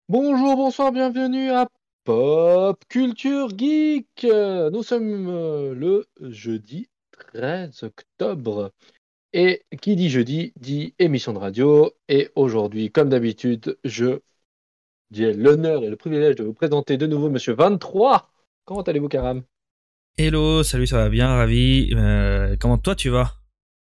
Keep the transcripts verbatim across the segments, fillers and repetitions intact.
Bonjour, bonsoir, bienvenue à Pop Culture Geek. Euh, Nous sommes euh, le jeudi treize octobre. Et qui dit jeudi dit émission de radio. Et aujourd'hui, comme d'habitude, je j'ai l'honneur et le privilège de vous présenter de nouveau Monsieur vingt-trois. Comment allez-vous, Karam? Hello, salut, ça va bien, ravi. Euh, comment toi tu vas?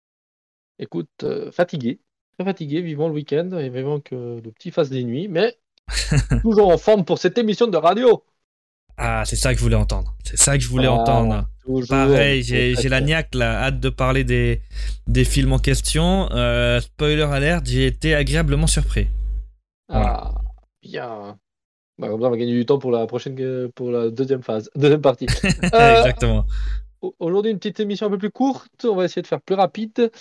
Écoute, euh, fatigué, très fatigué, vivant le week-end et vivant que le petit fasse des nuits, mais toujours en forme pour cette émission de radio. Ah, c'est ça que je voulais entendre. C'est ça que je voulais Ah, entendre. toujours, Pareil, au j'ai, j'ai la taquet. niaque là, hâte de parler des, des films en question. Euh, spoiler alert, j'ai été agréablement surpris. Voilà. Ah, bien. Bah, comme ça, on va gagner du temps pour la prochaine, euh, pour la deuxième phase, deuxième partie. Euh, Exactement. au- Aujourd'hui, une petite émission un peu plus courte. On va essayer de faire plus rapide.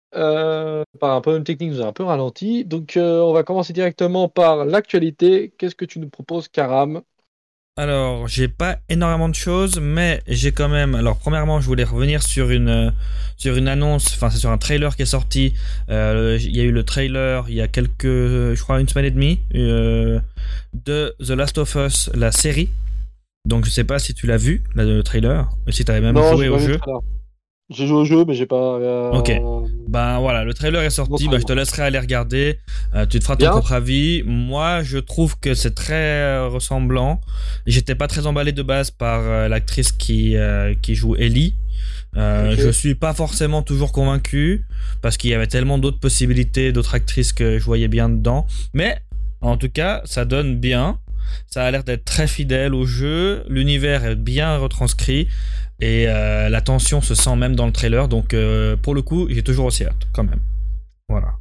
Euh, par un problème technique, nous a un peu ralenti. Donc, euh, on va commencer directement par l'actualité. Qu'est-ce que tu nous proposes, Karam? Alors, j'ai pas énormément de choses, mais j'ai quand même. Alors, premièrement, je voulais revenir sur une euh, sur une annonce. Enfin, c'est sur un trailer qui est sorti. Euh, Il y a eu le trailer il y a quelques, je crois, une semaine et demie euh, de The Last of Us, la série. Donc, je sais pas si tu l'as vu, là, le trailer, et si t'avais même Non, j'ai joué pas au vu le jeu. trailer. J'ai joué au jeu, mais j'ai pas. Ok. Euh... Ben voilà, le trailer est non, sorti, très ben, je bien. te laisserai aller regarder, euh, tu te feras ton Bien. propre avis. Moi, je trouve que c'est très euh, ressemblant. J'étais pas très emballé de base par euh, l'actrice qui, euh, qui joue Ellie. Euh, Ok. je suis pas forcément toujours convaincu, parce qu'il y avait tellement d'autres possibilités, d'autres actrices que je voyais bien dedans. Mais, en tout cas, ça donne bien. Ça a l'air d'être très fidèle au jeu. L'univers est bien retranscrit. Et euh, la tension se sent même dans le trailer. Donc, euh, pour le coup, j'ai toujours aussi hâte, quand même. Voilà.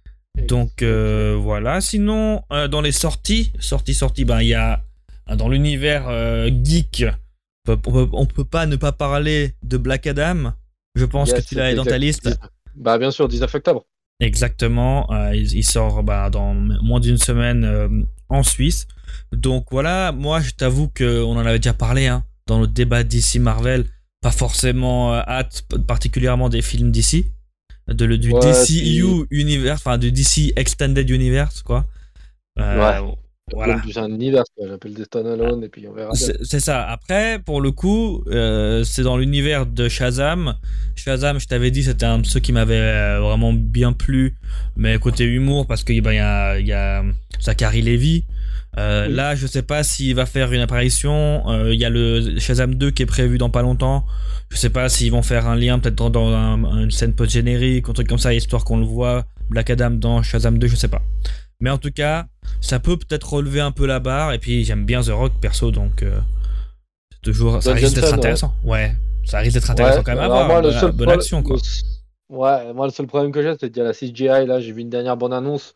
Ex- Donc, Ok. euh, voilà. Sinon, euh, dans les sorties, sorties, sorties, ben, il y a dans l'univers euh, geek, on peut, on, peut, on peut pas ne pas parler de Black Adam. Je pense que Yes, tu l'as c'est dans ta exact. liste. Bah, bien sûr, dix-neuf octobre. Exactement. Euh, il, il sort bah, dans moins d'une semaine euh, en Suisse. Donc voilà, moi je t'avoue qu'on en avait déjà parlé hein, dans le débat D C Marvel. Pas forcément euh, hâte particulièrement des films D C. De, le, du Ouais, puis. D C U Universe, enfin du D C Extended Universe, quoi. Ouais. Euh, J'appelle voilà. plus un univers, quoi. J'appelle des standalone et puis on verra bien. C'est c'est ça. Après, pour le coup, euh, c'est dans l'univers de Shazam. Shazam, je t'avais dit, c'était un de ceux qui m'avait euh, vraiment bien plu, mais côté humour, parce qu'il ben, y, a, y a Zachary Levi. Euh, Oui. là, je sais pas s'il va faire une apparition. Il euh, y a le Shazam deux qui est prévu dans pas longtemps. Je sais pas s'ils vont faire un lien, peut-être dans, dans un, une scène post-générique, un truc comme ça, histoire qu'on le voit, Black Adam dans Shazam deux, je sais pas. Mais en tout cas, ça peut peut-être relever un peu la barre. Et puis j'aime bien The Rock perso, donc euh, c'est toujours, ça Don risque d'être Johnson, ouais. intéressant. Ouais, ça risque d'être intéressant Ouais, quand même à alors voir. moi, le Bonne, seul bonne problème. action quoi. Ouais, moi, le seul problème que j'ai, c'est qu'il y a la C G I. Là, j'ai vu une dernière bande-annonce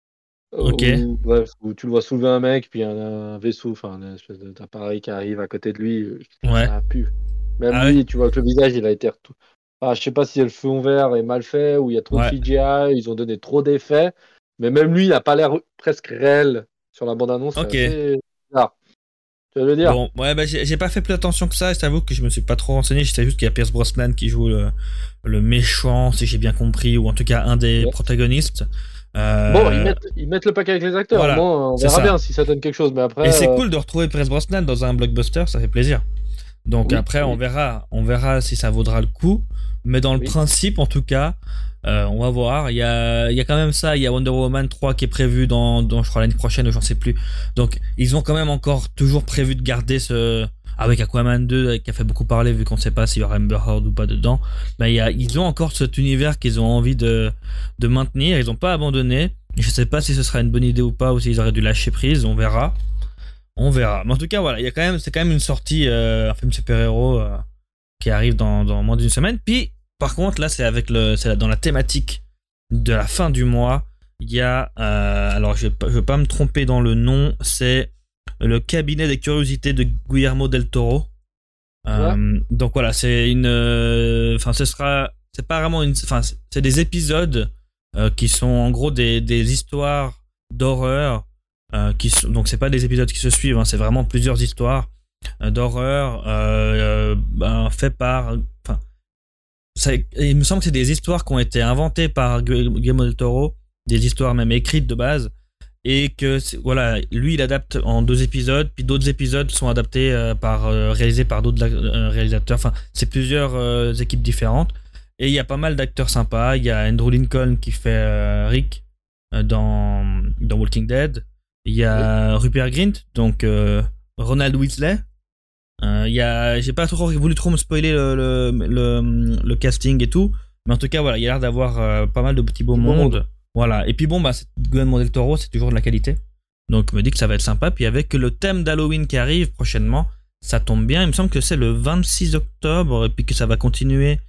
euh, Ok. où, bref, où tu le vois soulever un mec, puis un, un vaisseau, enfin, un espèce de- d'appareil qui arrive à côté de lui. euh, Ouais. Ça pue. Même Ah ouais. lui, tu vois que le visage, il a été. retou- Enfin, je sais pas si le fond vert est mal fait ou il y a trop de Ouais. C G I, ils ont donné trop d'effets. Mais même lui, il n'a pas l'air presque réel sur la bande-annonce. C'est Ok. assez bizarre. Tu veux le dire? Bon, ouais, bah j'ai j'ai pas fait plus attention que ça. Je t'avoue que je me suis pas trop renseigné. Je sais juste qu'il y a Pierce Brosnan qui joue le, le méchant, si j'ai bien compris, ou en tout cas un des Yes. protagonistes. Bon, ils Euh, mettent, ils mettent le paquet avec les acteurs. Au voilà, moins, on c'est verra ça. bien si ça donne quelque chose. Mais Et après, c'est euh, cool de retrouver Pierce Brosnan dans un blockbuster, ça fait plaisir. Donc oui, après, on oui, verra, on verra si ça vaudra le coup. Mais dans le oui. principe, en tout cas, euh, on va voir. Il y a, il y a quand même ça. Il y a Wonder Woman trois qui est prévu dans, dans je crois l'année prochaine ou j'en sais plus. Donc ils ont quand même encore toujours prévu de garder ce avec Aquaman deux qui a fait beaucoup parler vu qu'on ne sait pas s'il y aura Amber Heard ou pas dedans. Mais il y a, ils ont encore cet univers qu'ils ont envie de de maintenir. Ils n'ont pas abandonné. Je sais pas si ce sera une bonne idée ou pas ou s'ils auraient dû lâcher prise. On verra. On verra. Mais en tout cas, voilà, il y a quand même, c'est quand même une sortie, euh, un film super-héros euh, qui arrive dans, dans moins d'une semaine. Puis, par contre, là, c'est avec le, c'est dans la thématique de la fin du mois. Il y a, euh, alors, je vais, pas, je vais pas me tromper dans le nom, c'est le cabinet des curiosités de Guillermo del Toro. Ouais. Euh, donc voilà, c'est une, enfin, euh, ce sera, c'est pas vraiment une, enfin, c'est des épisodes euh, qui sont en gros des, des histoires d'horreur. Euh, qui sont, donc c'est pas des épisodes qui se suivent, hein, c'est vraiment plusieurs histoires euh, d'horreur euh, euh, ben, fait par. Enfin, ça, il me semble que c'est des histoires qui ont été inventées par Guillermo del Toro, des histoires même écrites de base, et que c'est- voilà, lui il adapte en deux épisodes, puis d'autres épisodes sont adaptés euh, par euh, réalisés par d'autres euh, réalisateurs. Enfin, c'est plusieurs euh, équipes différentes et il y a pas mal d'acteurs sympas. Il y a Andrew Lincoln qui fait euh, Rick euh, dans dans Walking Dead. Il y Oui. a Rupert Grint, donc euh, Ronald Weasley. Euh, Il y a, j'ai pas trop voulu trop me spoiler le, le, le, le casting et tout, mais en tout cas voilà, il y a l'air d'avoir euh, pas mal de petits beaux Du beau mondes. monde. Voilà. Et puis bon bah c'est- Guillermo del Toro, c'est toujours de la qualité. Donc je me dis que ça va être sympa. Puis avec le thème d'Halloween qui arrive prochainement, ça tombe bien. Il me semble que c'est le vingt-six octobre et puis que ça va continuer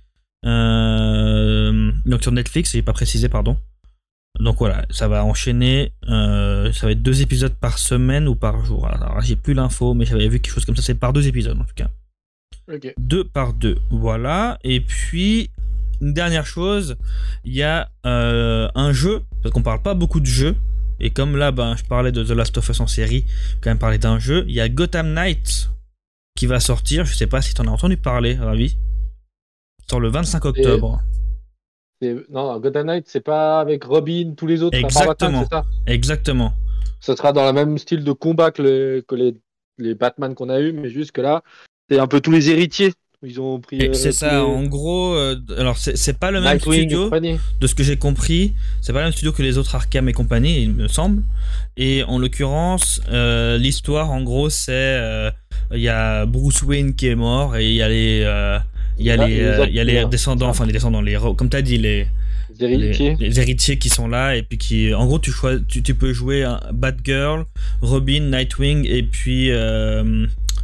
euh, donc sur Netflix. J'ai pas précisé, pardon. Donc voilà, ça va enchaîner. Euh, ça va être deux épisodes par semaine ou par jour. Alors j'ai plus l'info, mais j'avais vu quelque chose comme ça. C'est par deux épisodes en tout cas. Ok. Deux par deux, voilà. Et puis une dernière chose, il y a euh, un jeu, parce qu'on parle pas beaucoup de jeux. Et comme là, ben, je parlais de The Last of Us en série, je vais quand même parler d'un jeu. Il y a Gotham Knights qui va sortir. Je sais pas si t'en as entendu parler, Ravi. Sort le vingt-cinq Et, octobre. et- non, non, Gotham Knight, c'est pas avec Robin, tous les autres, à part Batman, Exactement. c'est ça? Exactement. Ce sera dans le même style de combat que, les, que les, les Batman qu'on a eu, mais juste que là, c'est un peu tous les héritiers. Ils ont pris Et c'est euh, tous ça, les en gros, euh, alors c'est, c'est pas le même Nightwing et studio, compagnie. de ce que j'ai compris, c'est pas le même studio que les autres Arkham et compagnie, il me semble. Et en l'occurrence, euh, l'histoire, en gros, c'est euh, il y a Bruce Wayne qui est mort et il y a les euh, il y a les les euh, il y a les acteurs, descendants, ça, enfin les descendants, les re- comme t'as dit, les, les les héritiers. les héritiers qui sont là et puis qui, en gros, tu choisis, tu, tu peux jouer un Batgirl, Robin, Nightwing et puis euh,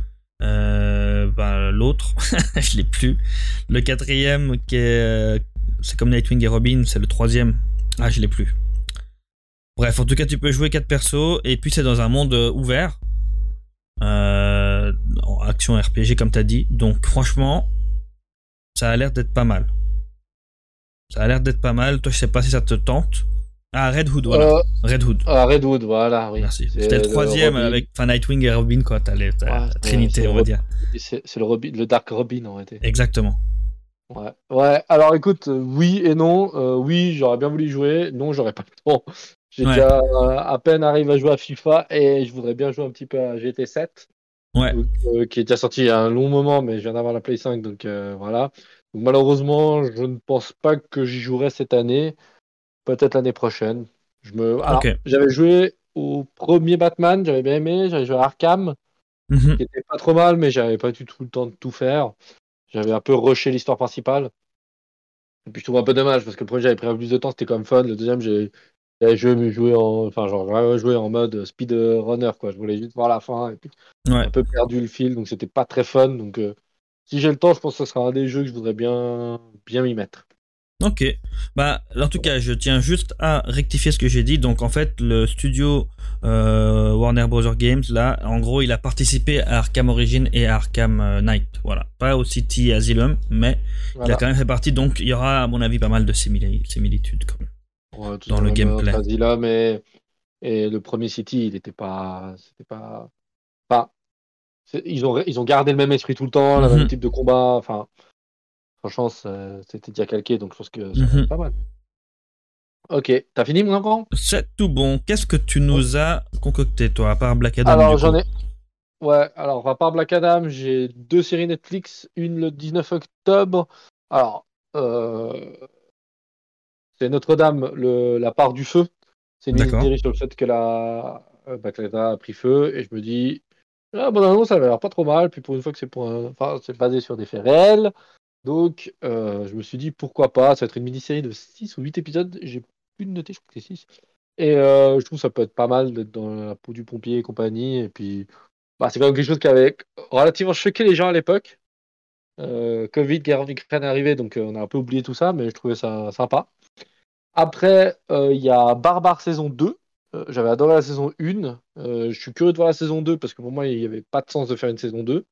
euh, ben, l'autre, je l'ai plus. Le quatrième, qui est, euh, c'est comme Nightwing et Robin, c'est le troisième. Ah, je l'ai plus. Bref, en tout cas, tu peux jouer quatre persos, et puis c'est dans un monde euh, ouvert. Euh, en action R P G, comme t'as dit. Donc, franchement, ça a l'air d'être pas mal. Ça a l'air d'être pas mal. Toi, je sais pas si ça te tente. Ah, Red Hood, voilà. Euh, Red Hood. ah, Redwood, voilà, oui. Merci. C'est C'était le le troisième Robin. avec enfin, Nightwing et Robin, quoi. T'as, les, t'as Ouais, la c'est Trinité, c'est on le, va Rob- dire. c'est- c'est le, Robin, le Dark Robin en réalité. Exactement. Ouais. Ouais, alors écoute, euh, oui et non. Euh, oui, j'aurais bien voulu y jouer. Non, j'aurais pas le temps. J'ai Ouais. déjà euh, à peine arrivé à jouer à FIFA et je voudrais bien jouer un petit peu à G T sept, Ouais. donc, euh, qui est déjà sorti il y a un long moment, mais je viens d'avoir la Play cinq, donc euh, voilà. Donc, malheureusement, je ne pense pas que j'y jouerai cette année. Peut-être l'année prochaine. Je me... Ok. Alors, j'avais joué au premier Batman, j'avais bien aimé. J'avais joué à Arkham, Mhm. qui était pas trop mal, mais j'avais pas du tout le temps de tout faire. J'avais un peu rushé l'histoire principale. Et puis je trouve un peu dommage parce que le premier j'avais pris un peu plus de temps, c'était quand même fun. Le deuxième, j'ai j'avais joué, mais joué en, enfin genre vraiment joué en mode speed runner quoi. Je voulais juste voir la fin et puis j'ai Ouais. un peu perdu le fil, donc c'était pas très fun. Donc euh, si j'ai le temps, je pense que ce sera un des jeux que je voudrais bien bien m'y mettre. Ok. Bah, en tout cas, je tiens juste à rectifier ce que j'ai dit. Donc, en fait, le studio euh, Warner Bros. Games, là, en gros, il a participé à Arkham Origins et à Arkham euh, Knight. Voilà. Pas au City Asylum, mais il a Voilà. quand même fait partie. Donc, il y aura, à mon avis, pas mal de simili- similitudes quand même, Ouais, tout dans le gameplay. là, mais et le premier City, il était pas, c'était pas, enfin, c'est- ils ont ils ont gardé le même esprit tout le temps, le même Mhm. type de combat. Enfin, franchement, ça- c'était déjà calqué, donc je pense que ça va être Mhm. pas mal. Ok, t'as fini mon enfant? C'est tout bon. Qu'est-ce que tu nous as concocté, toi, à part Black Adam, du Alors j'en coup? ai. Ouais, alors à part Black Adam, j'ai deux séries Netflix, une le dix-neuf octobre. Alors, euh, c'est Notre-Dame, le... la part du feu. C'est une D'accord. mini-série sur le fait que la euh, Baclada a pris feu, et je me dis, ah bon, non, ça avait l'air pas trop mal. Puis pour une fois que c'est pour un... enfin, c'est basé sur des faits réels, donc euh, je me suis dit pourquoi pas. Ça va être une mini-série de six ou huit épisodes. J'ai plus de noter, je crois que c'est six. Et euh, je trouve que ça peut être pas mal d'être dans la peau du pompier et compagnie. Et puis, bah, c'est quand même quelque chose qui avait relativement choqué les gens à l'époque. Euh, Covid, guerre en Ukraine est arrivée, donc euh, on a un peu oublié tout ça, mais je trouvais ça sympa. Après, euh, il y a Barbare saison deux. Euh, j'avais adoré la saison un. Euh, je suis curieux de voir la saison deux parce que pour moi, il n'y avait pas de sens de faire une saison deux.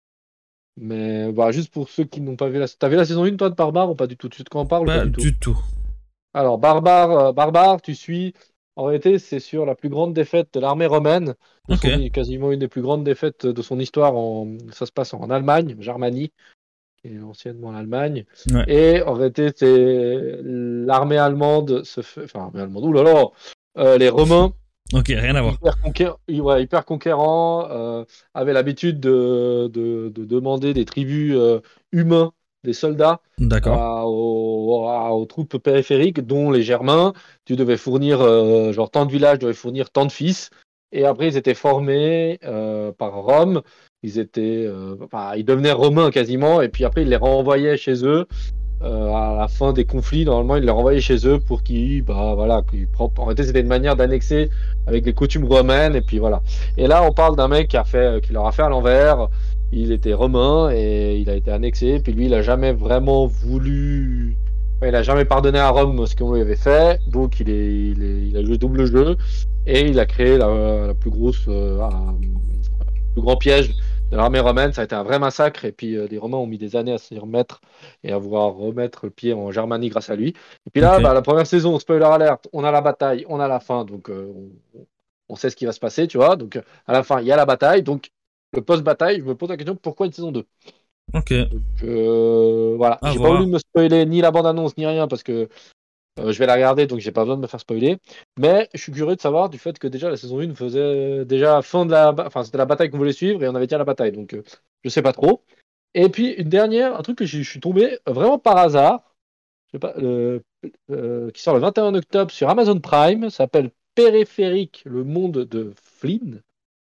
Mais bah, juste pour ceux qui n'ont pas vu la... T'as vu la saison un, toi, de Barbare, ou pas du tout? Tu sais de quoi on parle ou pas Pas du tout? du tout. Alors, Barbare, euh, Barbare, tu suis. En réalité, c'est sur la plus grande défaite de l'armée romaine, de Ok. son, quasiment une des plus grandes défaites de son histoire. En... Ça se passe en Allemagne, Germanie, qui est anciennement l'Allemagne. Ouais. Et en réalité, c'est l'armée allemande se fait. Enfin, l'armée allemande, oulala, euh, les Romains Ok, rien à voir. Hyper, conquér... ouais, hyper conquérant, euh, avait l'habitude de, de, de demander des tribus euh, humains, des soldats, euh, D'accord. aux, aux troupes périphériques, dont les Germains. Tu devais fournir, euh, genre, tant de villages devaient fournir tant de fils. Et après, ils étaient formés euh, par Rome. Ils étaient, euh, enfin, ils devenaient romains quasiment. Et puis après, ils les renvoyaient chez eux. Euh, à la fin des conflits, normalement, ils les renvoyaient chez eux pour qu'ils, bah voilà, qu'ils prennent. En réalité, c'était une manière d'annexer avec les coutumes romaines, et puis voilà. Et là, on parle d'un mec qui a fait, qui leur a fait à l'envers. Il était romain et il a été annexé. Puis lui, il a jamais vraiment voulu. Enfin, il a jamais pardonné à Rome ce qu'on lui avait fait. Donc, il est, il est- il a joué double jeu et il a créé la, la plus grosse, euh, un- le plus grand piège de l'armée romaine. Ça a été un vrai massacre. Et puis, euh, les Romains ont mis des années à s'y remettre et à vouloir remettre le pied en Germanie grâce à lui. Et puis là, Ok. bah, la première saison, spoiler alert, on a la bataille, on a la fin, donc euh, on, on sait ce qui va se passer, tu vois. Donc euh, à la fin, il y a la bataille. Donc le post-bataille, je me pose la question, pourquoi une saison deux? Ok. Donc euh, voilà, À j'ai pas voulu voir. me spoiler ni la bande-annonce ni rien parce que euh, je vais la regarder, donc j'ai pas besoin de me faire spoiler. Mais je suis curieux de savoir du fait que déjà la saison un faisait déjà fin de la, enfin c'était la bataille qu'on voulait suivre et on avait déjà la bataille, donc euh, je sais pas trop. Et puis une dernière, un truc que je suis tombé vraiment par hasard, je sais pas, euh, euh, qui sort le vingt et un octobre sur Amazon Prime, s'appelle Périphérique, le monde de Flynn.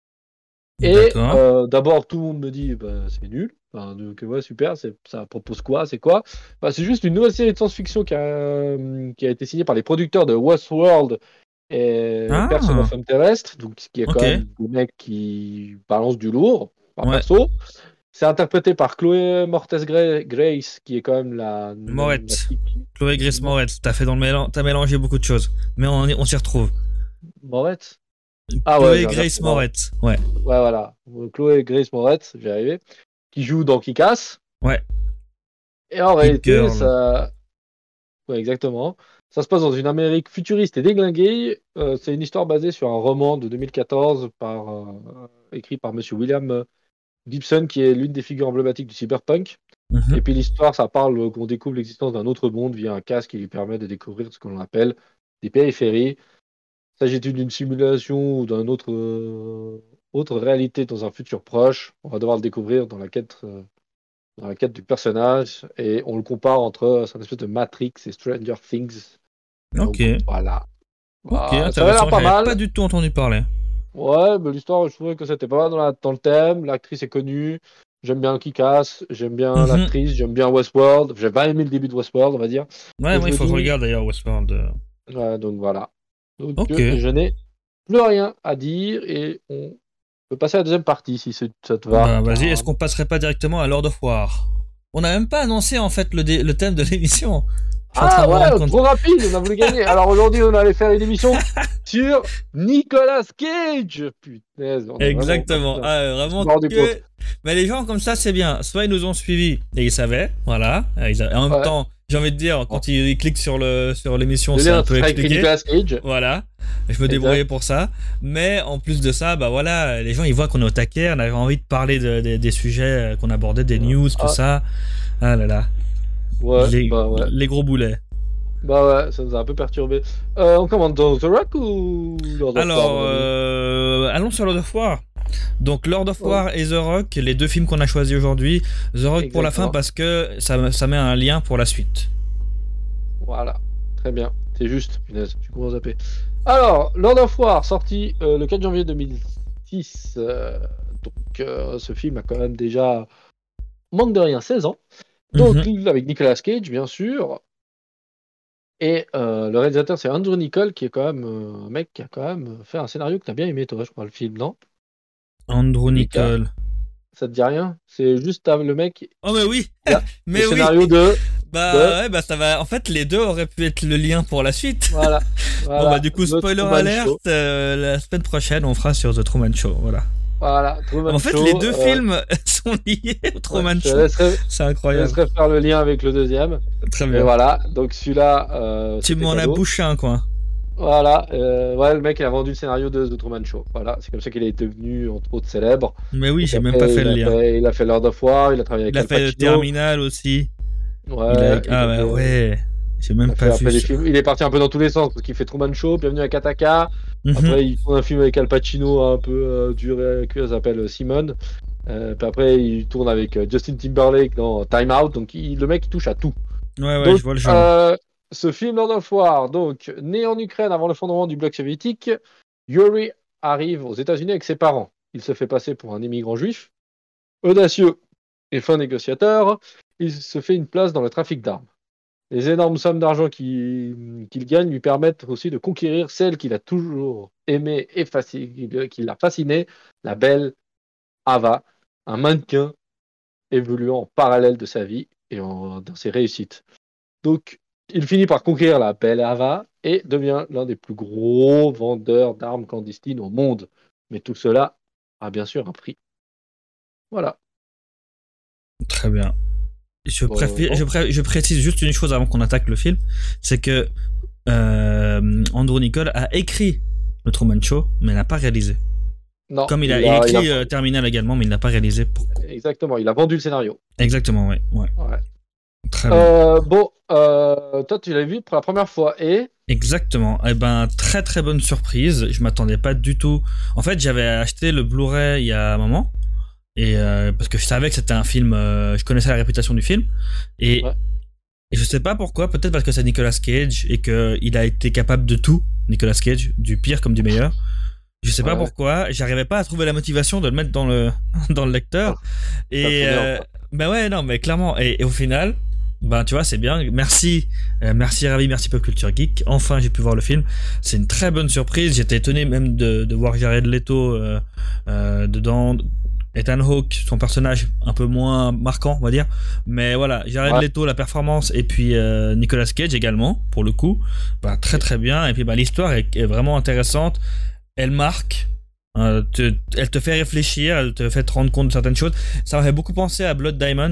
Et D'accord. euh, d'abord, tout le monde me dit bah, c'est nul. Enfin, donc, ouais, super, c'est- ça propose quoi? C'est quoi? Bah, c'est juste une nouvelle série de science-fiction qui a, euh, qui a été signée par les producteurs de Westworld et Person Ah. of Interest, donc ce qui est quand Ok. même des mecs qui balancent du lourd, par Ouais. perso. C'est interprété par Chloé Mortez Gra- Grace, qui est quand même la, la, la Moretz. fille qui- Chloé Grace Mo- Moretz. T'as fait dans le mélange. T'as mélangé beaucoup de choses. Mais on, y- on s'y retrouve. Moretz. Ah ouais, Chloé j'ai Grace inversé. Non. Moretz. Ouais. Ouais, voilà. Chloé Grace Moretz, j'y arrivé, qui joue dans Kick-Ass. Ouais. Et en Hit réalité, Girl. ça. Ouais, exactement. Ça se passe dans une Amérique futuriste et déglinguée. Euh, c'est une histoire basée sur un roman de deux mille quatorze par, euh, écrit par Monsieur William Gibson, qui est l'une des figures emblématiques du cyberpunk. Mhm. Et puis l'histoire, ça parle qu'on découvre l'existence d'un autre monde via un casque qui lui permet de découvrir ce que l'on appelle des périphéries. S'agit-il d'une simulation ou d'une autre, euh, autre réalité dans un futur proche? On va devoir le découvrir dans la quête, euh, dans la quête du personnage et on le compare entre euh, c'est une espèce de Matrix et Stranger Things. Ok. Donc voilà. Ok, Bah, ça avait l'air intéressant. pas J'avais pas mal. du tout entendu parler. Ouais, mais l'histoire, je trouvais que c'était pas mal dans, la- dans le thème. L'actrice est connue. J'aime bien Kick-Ass, j'aime bien Mhm. l'actrice, j'aime bien Westworld. J'ai pas aimé le début de Westworld, on va dire. Ouais, Donc moi, je il me faut que je dis, regarde d'ailleurs Westworld. euh. ouais, donc voilà. Donc Ok. euh, je n'ai plus rien à dire et on peut passer à la deuxième partie si c'est- ça te va. Bah, vas-y, est-ce Car... qu'on passerait pas directement à Lord of War? On n'a même pas annoncé en fait le, dé- le thème de l'émission. Je suis en train Ah de me rendre ouais, compte. trop rapide, on a voulu gagner. Alors aujourd'hui, on allait faire une émission sur Nicolas Cage. Putain, on est vraiment pas Exactement. bien. Ah, Je me vraiment suis rendu compte. que. Mais les gens comme ça, c'est bien. Soit ils nous ont suivis et ils savaient, voilà. Et ils a- En même Ouais. temps, j'ai envie de dire, quand ils cliquent sur le sur l'émission, Le c'est un lien peu sera écrit expliqué. Nicolas Cage. Voilà. Je me Exact. débrouillais pour ça. Mais en plus de ça, bah voilà, les gens ils voient qu'on est au taquet, on avait envie de parler de- de- des sujets qu'on abordait, des news, tout Ah, ça. Ah là là. ouais, Les, bah ouais. les gros boulets. Bah ouais, ça nous a un peu perturbé. Euh, on commande dans The Rock ou Lord of War, Alors, mon ami? euh, allons sur Lord of War. Donc Lord of Oh, War et The Rock, les deux films qu'on a choisis aujourd'hui. The Rock pour la fin exactement. parce que ça, ça met un lien pour la suite. Voilà. Très bien. C'est juste, punaise, je suis comment zapper. Alors, Lord of War, sorti euh, le quatre janvier deux mille six. euh, donc, euh, ce film a quand même déjà, manque de rien, seize ans. Donc, Mhm. avec Nicolas Cage, bien sûr. Et euh, le réalisateur, c'est Andrew Niccol, qui est quand même euh, un mec qui a quand même fait un scénario que t'as bien aimé, toi, je crois, le film, non? Andrew Et qui a- Nicole. Ça te dit rien? C'est juste euh, le mec, Oh mais oui, il a le mais oui. scénario de, de, Bah ouais, bah ça va. En fait, les deux auraient pu être le lien pour la suite. voilà, Bon bah voilà, du coup, The spoiler Truman alert. Show. euh, la semaine prochaine, on fera sur The Truman Show. Voilà. Voilà, Truman En fait, Show. les deux euh, films sont liés au ouais, Truman je te Show. laisserai, C'est je te incroyable. laisserai faire le lien avec le deuxième. Très Et bien. voilà, donc celui-là, euh, Tu c'était m'en as cadeau. bouché un coin. Voilà, euh, ouais, le mec, il a vendu le scénario de The Truman Show. Voilà, c'est comme ça qu'il est devenu, entre autres, célèbre. Mais oui, Donc j'ai même pas après, fait il le a lien. fait, il a fait Lord of War, il a travaillé avec Il a Al fait le Pacino. Terminal aussi. Il a... Ouais, il Ah a bah fait, ouais. J'ai même Il, a pas fait vu après des ça. films. Il est parti un peu dans tous les sens parce qu'il fait Truman Show, Bienvenue à Kataka. Mhm. Après, il tourne un film avec Al Pacino un peu euh, dur et cuit, ça s'appelle Simone. Euh, puis après, il tourne avec euh, Justin Timberlake dans Time Out. Donc, il- le mec, il touche à tout. Ouais, ouais, Donc, je vois le genre. euh, ce film Lord of War, donc, né en Ukraine avant le fondement du bloc soviétique, Yuri arrive aux États-Unis avec ses parents. Il se fait passer pour un immigrant juif, audacieux et fin négociateur. Il se fait une place dans le trafic d'armes. Les énormes sommes d'argent qu'il qu'il gagne lui permettent aussi de conquérir celle qu'il a toujours aimée et fasci- qui l'a fasciné, la belle Ava, un mannequin évoluant en parallèle de sa vie et en- dans ses réussites. Donc, il finit par conquérir la belle Ava et devient l'un des plus gros vendeurs d'armes clandestines au monde. Mais tout cela a bien sûr un prix. Voilà. Très bien. Je, Euh, préfère- non. je, pré- je précise juste une chose avant qu'on attaque le film, c'est que euh, Andrew Niccol a écrit le Truman Show, mais n'a pas réalisé. Non, Comme il a, il il a a, il a- écrit euh, Terminal également, mais il n'a pas réalisé. Pour- exactement, il a vendu le scénario. Exactement, ouais, ouais. Ouais. Très bien. Euh, bon, euh, toi, tu l'as vu pour la première fois et Exactement. Eh ben, très très bonne surprise. Je m'attendais pas du tout. En fait, j'avais acheté le Blu-ray il y a un moment. Et euh, parce que je savais que c'était un film, euh, je connaissais la réputation du film. Et, Ouais. et je sais pas pourquoi, peut-être parce que c'est Nicolas Cage et qu'il a été capable de tout, Nicolas Cage, du pire comme du meilleur. Je sais pas Ouais. pourquoi, j'arrivais pas à trouver la motivation de le mettre dans le, dans le lecteur. Et trop bien, euh, quoi. bah ouais, non, mais clairement. Et, et au final, ben tu vois, c'est bien. Merci, euh, merci Ravi, merci Pop Culture Geek. Enfin, j'ai pu voir le film. C'est une très bonne surprise. J'étais étonné même de, de voir Jared Leto euh, euh, dedans. Ethan Hawke, son personnage un peu moins marquant, on va dire. Mais voilà, Jared Ouais. Leto, la performance, et puis euh, Nicolas Cage également, pour le coup. Bah, très très bien. Et puis bah, l'histoire est, est vraiment intéressante. Elle marque. Euh, te- elle te fait réfléchir, elle te fait te rendre compte de certaines choses. Ça m'a fait beaucoup penser à Blood Diamond.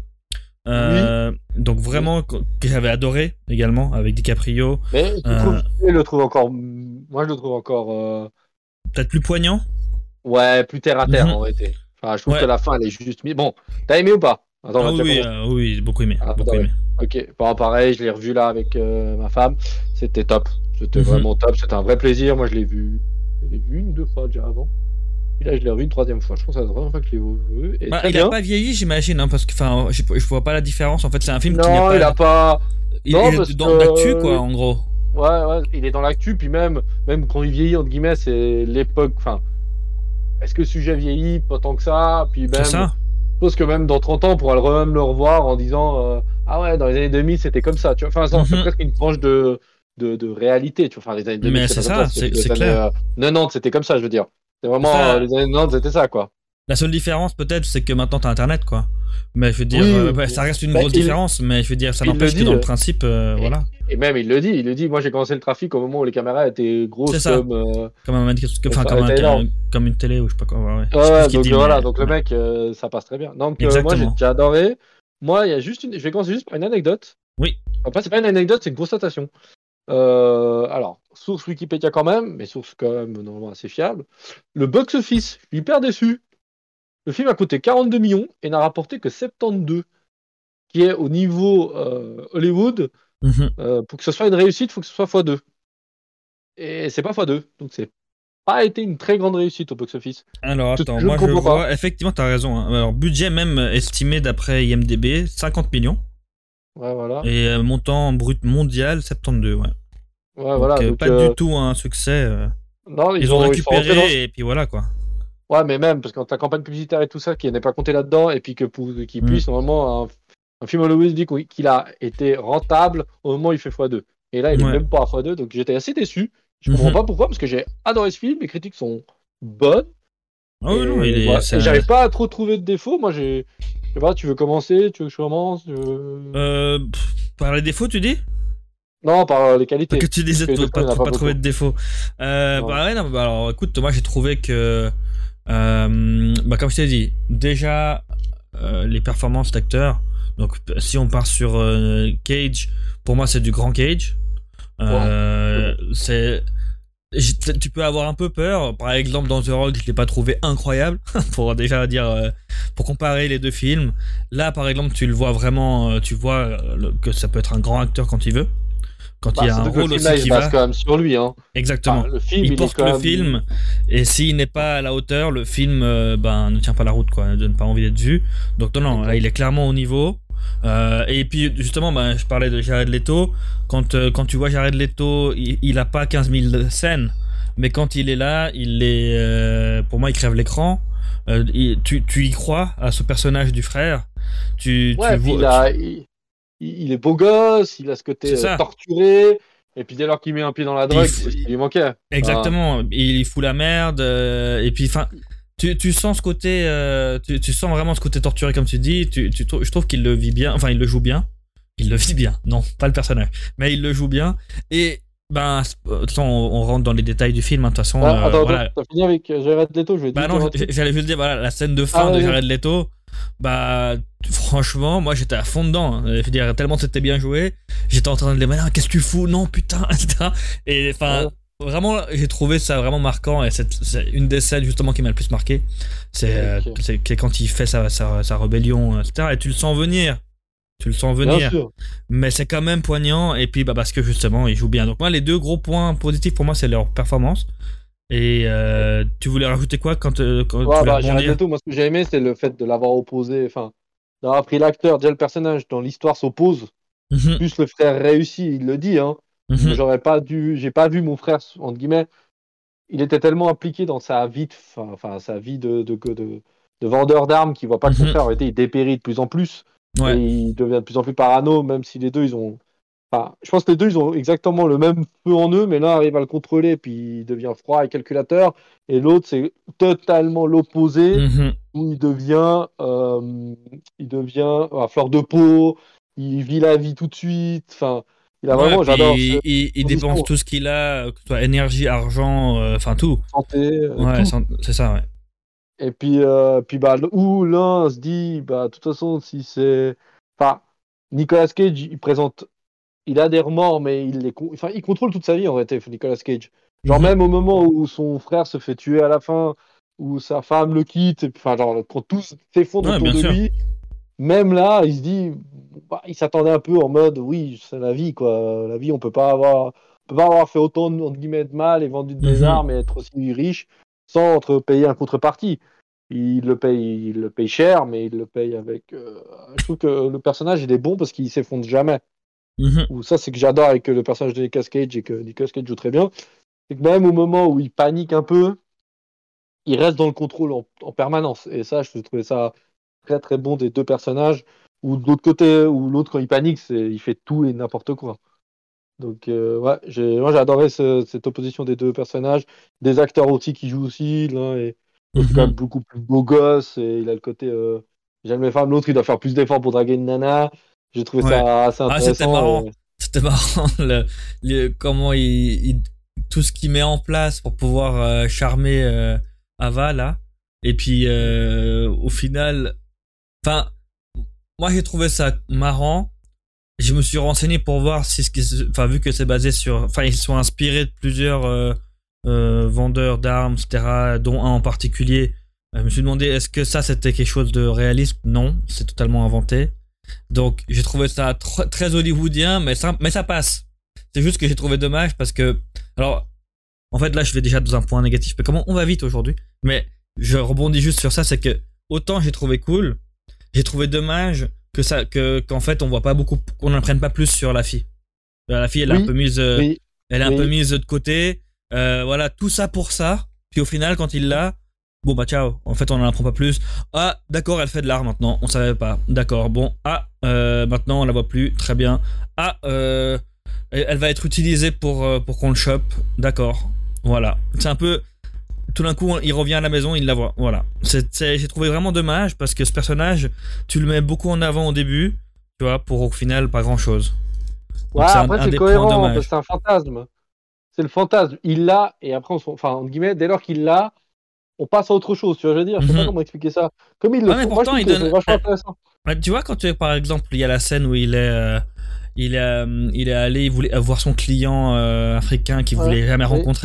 Euh, Donc vraiment, que que j'avais adoré également, avec DiCaprio. Mais tu Euh, trouves, je le trouve encore, moi je le trouve encore, euh, Peut-être plus poignant. ouais, plus terre à terre Mhm. en réalité. Enfin, je trouve que Ouais. la fin elle est juste mise. Bon, t'as aimé ou pas? Attends, on Ah va oui, déjà oui, commencer. euh, oui, beaucoup aimé. Ah, Beaucoup ouais. aimé. Ok, bon, pareil, je l'ai revu là avec euh, ma femme. C'était top. C'était Mhm. vraiment top. C'était un vrai plaisir. Moi, je l'ai vu, je l'ai vu une ou deux fois déjà avant. Et là, je l'ai revu une troisième fois. Je pense que c'est la troisième fois que je l'ai vu. Et Bah, très il bien. a pas vieilli, j'imagine, hein, parce que enfin, je, je vois pas la différence. En fait, c'est un film qui n'a Non, pas. il a pas. Il, Non, il parce est dans l'actu, quoi, que. en gros. Ouais, ouais, il est dans l'actu. Puis même, même quand il vieillit, entre guillemets, c'est l'époque. Enfin, est-ce que le sujet vieillit? Pas tant que ça. Puis C'est même, ça. je pense que même dans trente ans, on pourra le, même le revoir en disant euh, ah ouais, dans les années deux mille, c'était comme ça. Tu vois, enfin, ça, c'est Mhm. presque une tranche de, de, de réalité. Tu vois, enfin, les années deux mille, Mais c'est c'est pas comme ça. ça, C'était c'est les c'est années clair. euh, quatre-vingt-dix, c'était comme ça, je veux dire. C'est vraiment euh, Ça, les années quatre-vingt-dix, c'était ça, quoi. la seule différence, peut-être, c'est que maintenant t'as Internet, quoi. Mais je veux dire, Oui, euh, bah, ça reste une bah, grosse il, différence, mais je veux dire, ça il le n'empêche que dit. dans le euh, principe, euh, Et, voilà. et même, il le dit. Il le dit. Moi, j'ai commencé le trafic au moment où les caméras étaient C'est grosses ça. comme. euh, Comme, un, enfin, comme, enfin, un, étaient énormes. comme une télé ou je sais pas quoi. Ouais, ouais. Ouais, Je sais plus ce ouais, qu'il donc dit, euh, voilà. mais Donc le ouais. mec, euh, ça passe très bien. Donc euh, moi, j'ai Exactement. j'ai adoré. Moi, il y a juste une. Je vais commencer juste par une anecdote. Oui. Enfin, c'est pas une anecdote, c'est une constatation. Euh, alors, source Wikipédia quand même, mais source quand même normalement assez fiable. Le box-office, je suis hyper déçu. Le film a coûté quarante-deux millions et n'a rapporté que soixante-douze, qui est au niveau euh, Hollywood. Mhm. Euh, pour que ce soit une réussite, il faut que ce soit fois deux. Et c'est pas fois deux, donc c'est pas été une très grande réussite au box-office. Alors Ce que attends, je ne moi je comprends pas. vois, effectivement t'as raison. Hein. Alors budget même estimé d'après I M D B, cinquante millions. Ouais, voilà. Et euh, montant brut mondial, soixante-douze, ouais. Ouais, Donc voilà. euh, Donc, pas euh, du tout un succès. euh. non, ils Ils ont ont, ils sont rentrés dans. récupéré et puis voilà quoi. Ouais, mais même, parce que quand ta campagne publicitaire et tout ça, qui n'est pas compté là-dedans, et puis que pour qu'il Mm. puisse, normalement, un, un film Hollywood dit qu'il qu'il a été rentable au moment où il fait fois deux. Et là, il est Ouais. même pas à fois deux, donc j'étais assez déçu. Je Mhm. comprends pas pourquoi, parce que j'ai adoré ce film, les critiques sont bonnes, Ah oui, non, il et, est. voilà. ça- Et j'arrive pas à trop trouver de défauts. Moi, j'ai. Je sais pas, tu veux commencer, tu veux que je commence tu veux- Euh, pff, par les défauts, tu dis? Non, par les qualités. Que tu disais Parce que de les pas, défauts, il y en a pas, pas trouver de beaucoup. défauts. Euh, Non. bah ouais, non, bah alors écoute, moi j'ai trouvé que. euh, bah comme je t'ai dit, déjà, euh, les performances d'acteurs. Donc si on part sur euh, Cage, pour moi c'est du grand Cage. Euh, c'est. j- tu peux avoir un peu peur. Par exemple, dans The Rock, je l'ai pas trouvé incroyable pour déjà dire, euh, pour comparer les deux films. Là, par exemple, tu le vois vraiment, euh, tu vois euh, le- que ça peut être un grand acteur quand il veut, quand il Bah, a un surtout que le rôle film aussi là, il se qui base va. quand même sur lui, hein. Exactement. Enfin, le film, Il il est porte quand le même. film, et s'il n'est pas à la hauteur, le film euh, ben, ne tient pas la route, quoi, ne donne pas envie d'être vu. Donc non, non, là, Exact. il est clairement au niveau. Euh, et puis justement, ben, je parlais de Jared Leto. Quand, euh, quand tu vois Jared Leto, il, il a pas quinze mille scènes, mais quand il est là, il est, euh, pour moi, il crève l'écran. Euh, il- tu, tu y crois à ce personnage du frère. Tu, tu Ouais, puis il vois, tu- a, il, il est beau gosse, il a ce côté c'est euh, ça. torturé, et puis dès lors qu'il met un pied dans la Il drogue, faut, c'est ce qui lui manquait. Enfin, exactement, il fout la merde, euh, et puis enfin, tu, tu sens ce côté, euh, tu, tu sens vraiment ce côté torturé comme tu dis. Tu, tu, trou- je trouve qu'il le vit bien, enfin il le joue bien, il le vit bien, non, pas le personnage, mais il le joue bien. Et ben, c'est- de toute façon, on, on rentre dans les détails du film, hein, de toute façon, ah, euh, attends, attends, voilà. t'as fini avec euh, Jared Leto, je vais Bah juste non, dire un j- truc. j'allais juste dire, voilà, la scène de Ah, fin de vas-y. Jared Leto, bah franchement, moi j'étais à fond dedans, hein. Je veux dire, tellement c'était bien joué, j'étais en train de les dire, qu'est-ce que tu fous, non putain, et cetera. Et enfin, Ouais, vraiment, j'ai trouvé ça vraiment marquant, et c'est c'est une des scènes justement qui m'a le plus marqué. C'est euh, ok. c'est- c'est quand il fait sa, sa, sa rébellion, et cetera. Et tu le sens venir, tu le sens Bien venir, sûr. mais c'est quand même poignant, et puis bah, parce que justement, il joue bien. Donc moi, les deux gros points positifs pour moi, c'est leur performance. Et euh, tu voulais rajouter quoi quand, euh, quand tu Ouais, voulais bah, Jared rebondir? Leto, moi, ce que j'ai aimé, c'est le fait de l'avoir opposé, enfin, d'avoir pris l'acteur, déjà le personnage dans l'histoire s'oppose, Mhm, plus le frère réussi, il le dit, hein. mhm, J'aurais pas dû, j'ai pas vu mon frère, entre guillemets, il était tellement impliqué dans sa vie, de, enfin, enfin, sa vie de, de, de, de vendeur d'armes qu'il voit pas que son mhm. frère, en réalité, il dépérit de plus en plus et Ouais. il devient de plus en plus parano, même si les deux, ils ont. Enfin, je pense que les deux, ils ont exactement le même feu en eux, mais l'un arrive à le contrôler, puis il devient froid et calculateur, et l'autre, c'est totalement l'opposé, Mhm. où il devient, euh, il devient à fleur de peau, il vit la vie tout de suite. Enfin, il a Ouais, vraiment, j'adore ce puis il, il son dépense discours, tout ce qu'il a, que ce soit énergie, argent, euh, enfin tout. santé, euh, Ouais, tout. sans- c'est ça, ouais. Et puis, euh, puis bah, où l'un se dit, bah, de toute façon, si c'est. Enfin, Nicolas Cage, il présente. Il a des remords, mais il les con- enfin, il contrôle toute sa vie en réalité, Nicolas Cage. Genre, Mhm. même au moment où son frère se fait tuer à la fin, où sa femme le quitte, et puis, enfin, genre, quand tout s'effondre Ouais, autour bien de sûr. lui, même là, il se dit. Bah, il s'attendait un peu en mode, oui, c'est la vie, quoi. La vie, on peut pas avoir. On peut pas avoir fait autant de, entre guillemets, de mal et vendu des Mhm. armes et être aussi riche sans entre payer un contrepartie. Il le paye, il le paye cher, mais il le paye avec. euh, Je trouve que le personnage il est bon parce qu'il s'effondre jamais. Mhm. Ou ça, c'est que j'adore avec le personnage de Nicolas Cage et que Nicolas Cage joue très bien. C'est que même au moment où il panique un peu, il reste dans le contrôle en, en permanence. Et ça, je trouvais ça très très bon des deux personnages. Ou de l'autre côté, ou l'autre quand il panique, c'est il fait tout et n'importe quoi. Donc euh, ouais, j'ai, moi j'ai adoré ce- cette opposition des deux personnages, des acteurs aussi qui jouent aussi. L'un est, l'autre est quand même Mhm. beaucoup plus beau gosse et il a le côté euh, j'aime les femmes. L'autre il doit faire plus d'efforts pour draguer une nana. J'ai trouvé Ouais. ça assez Ah, c'était intéressant. marrant. Et... C'était marrant le, le- comment il, il- tout ce qu'il met en place pour pouvoir euh, charmer euh, Ava là. Et puis euh, au final, enfin, moi j'ai trouvé ça marrant. Je me suis renseigné pour voir si ce qui, se- enfin vu que c'est basé sur, enfin ils sont inspirés de plusieurs euh, euh, vendeurs d'armes, et cetera, dont un en particulier. Euh, Je me suis demandé est-ce que ça c'était quelque chose de réaliste? Non, c'est totalement inventé. Donc j'ai trouvé ça tr- très hollywoodien, mais ça, mais ça passe. C'est juste que j'ai trouvé dommage parce que, alors, en fait là je vais déjà dans un point négatif. Mais comment on va vite aujourd'hui? Mais je rebondis juste sur ça, c'est que autant j'ai trouvé cool, j'ai trouvé dommage que ça, que qu'en fait on voit pas beaucoup, qu'on n'en prenne pas plus sur la fille. Euh, La fille elle est un Oui, peu mise, euh, mais, elle est un peu mais mise de côté. Euh, voilà, tout ça pour ça. Puis au final quand il l'a, bon bah ciao. En fait on n'en apprend pas plus. Ah d'accord, elle fait de l'art maintenant. On savait pas. D'accord. Bon ah euh, maintenant on la voit plus. Très bien. Ah euh, elle elle va être utilisée pour euh, pour qu'on le chope. D'accord. Voilà. C'est un peu tout d'un coup, il revient à la maison, il la voit. Voilà. C'est, c'est- j'ai trouvé vraiment dommage parce que ce personnage, tu le mets beaucoup en avant au début, tu vois, pour au final pas grand chose. ouais, Donc c'est un, après un c'est des points cohérent parce que dommages. c'est un fantasme. C'est le fantasme. Il l'a et après on se... enfin entre guillemets, dès lors qu'il l'a, on passe à autre chose. Tu vois, je veux dire, je sais pas Mhm. comment expliquer ça. Comme ils le Ouais, mais font, moi je pourtant, trouve il que c'est donne. vachement euh, intéressant. ouais, tu vois, quand tu, par exemple, il y a la scène où il est, euh, il est, euh, il est allé, il voulait voir son client euh, africain qu'il Ouais, voulait jamais oui, rencontrer.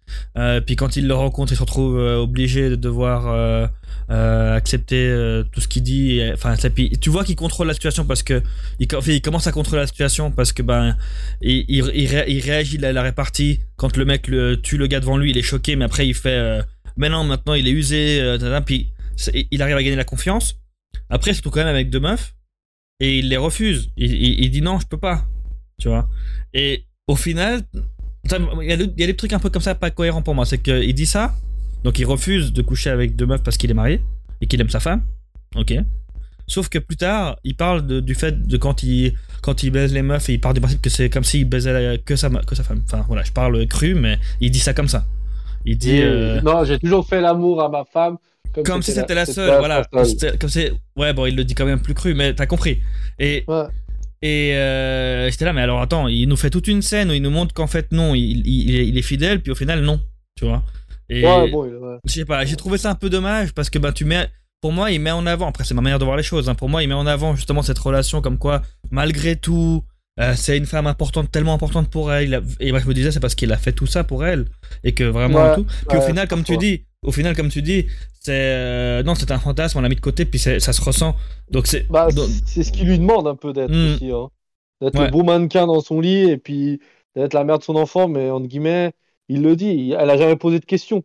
Euh, puis quand il le rencontre, il se retrouve euh, obligé de devoir euh, euh, accepter euh, tout ce qu'il dit. Enfin, puis tu vois qu'il contrôle la situation parce que il, enfin, il commence à contrôler la situation parce que ben il, il, il, ré, il réagit à la répartie quand le mec le, tue le gars devant lui, il est choqué, mais après il fait euh, mais non, maintenant il est usé, euh, puis il arrive à gagner la confiance. Après, il se trouve quand même avec deux meufs et il les refuse. Il, il, il dit non, je peux pas, tu vois. Et au final, il y, a il y a des trucs un peu comme ça pas cohérents pour moi. C'est qu'il dit ça, donc il refuse de coucher avec deux meufs parce qu'il est marié et qu'il aime sa femme. Ok. Sauf que plus tard, il parle de, du fait de quand il, quand il baise les meufs et il part du principe que c'est comme s'il baisait que sa, que sa femme. Enfin voilà, je parle cru, mais il dit ça comme ça. Il dit. Et, euh, non, j'ai toujours fait l'amour à ma femme. Comme, comme si c'était la, la seule, voilà. Comme c'est, ouais, bon, il le dit quand même plus cru, mais t'as compris. Et, ouais. et euh, j'étais là, mais alors attends, il nous fait toute une scène où il nous montre qu'en fait, non, il, il, il est fidèle, puis au final, non, tu vois. Et ouais, bon, ouais. Je sais pas, j'ai trouvé ça un peu dommage parce que bah, tu mets, pour moi, il met en avant, après, c'est ma manière de voir les choses, hein, pour moi, il met en avant justement cette relation comme quoi, malgré tout, euh, c'est une femme importante, tellement importante pour elle. A, et moi, je me disais, c'est parce qu'il a fait tout ça pour elle. Et que vraiment, ouais, et tout. Puis ouais, au final, comme tu dis, au final, comme tu dis, c'est euh, non, c'est un fantasme, on l'a mis de côté, puis ça se ressent. Donc c'est. Bah, donc... c'est ce qu'il lui demande un peu d'être mmh. aussi, hein. D'être ouais. le beau mannequin dans son lit et puis d'être la mère de son enfant, mais entre guillemets, il le dit, elle a jamais posé de questions.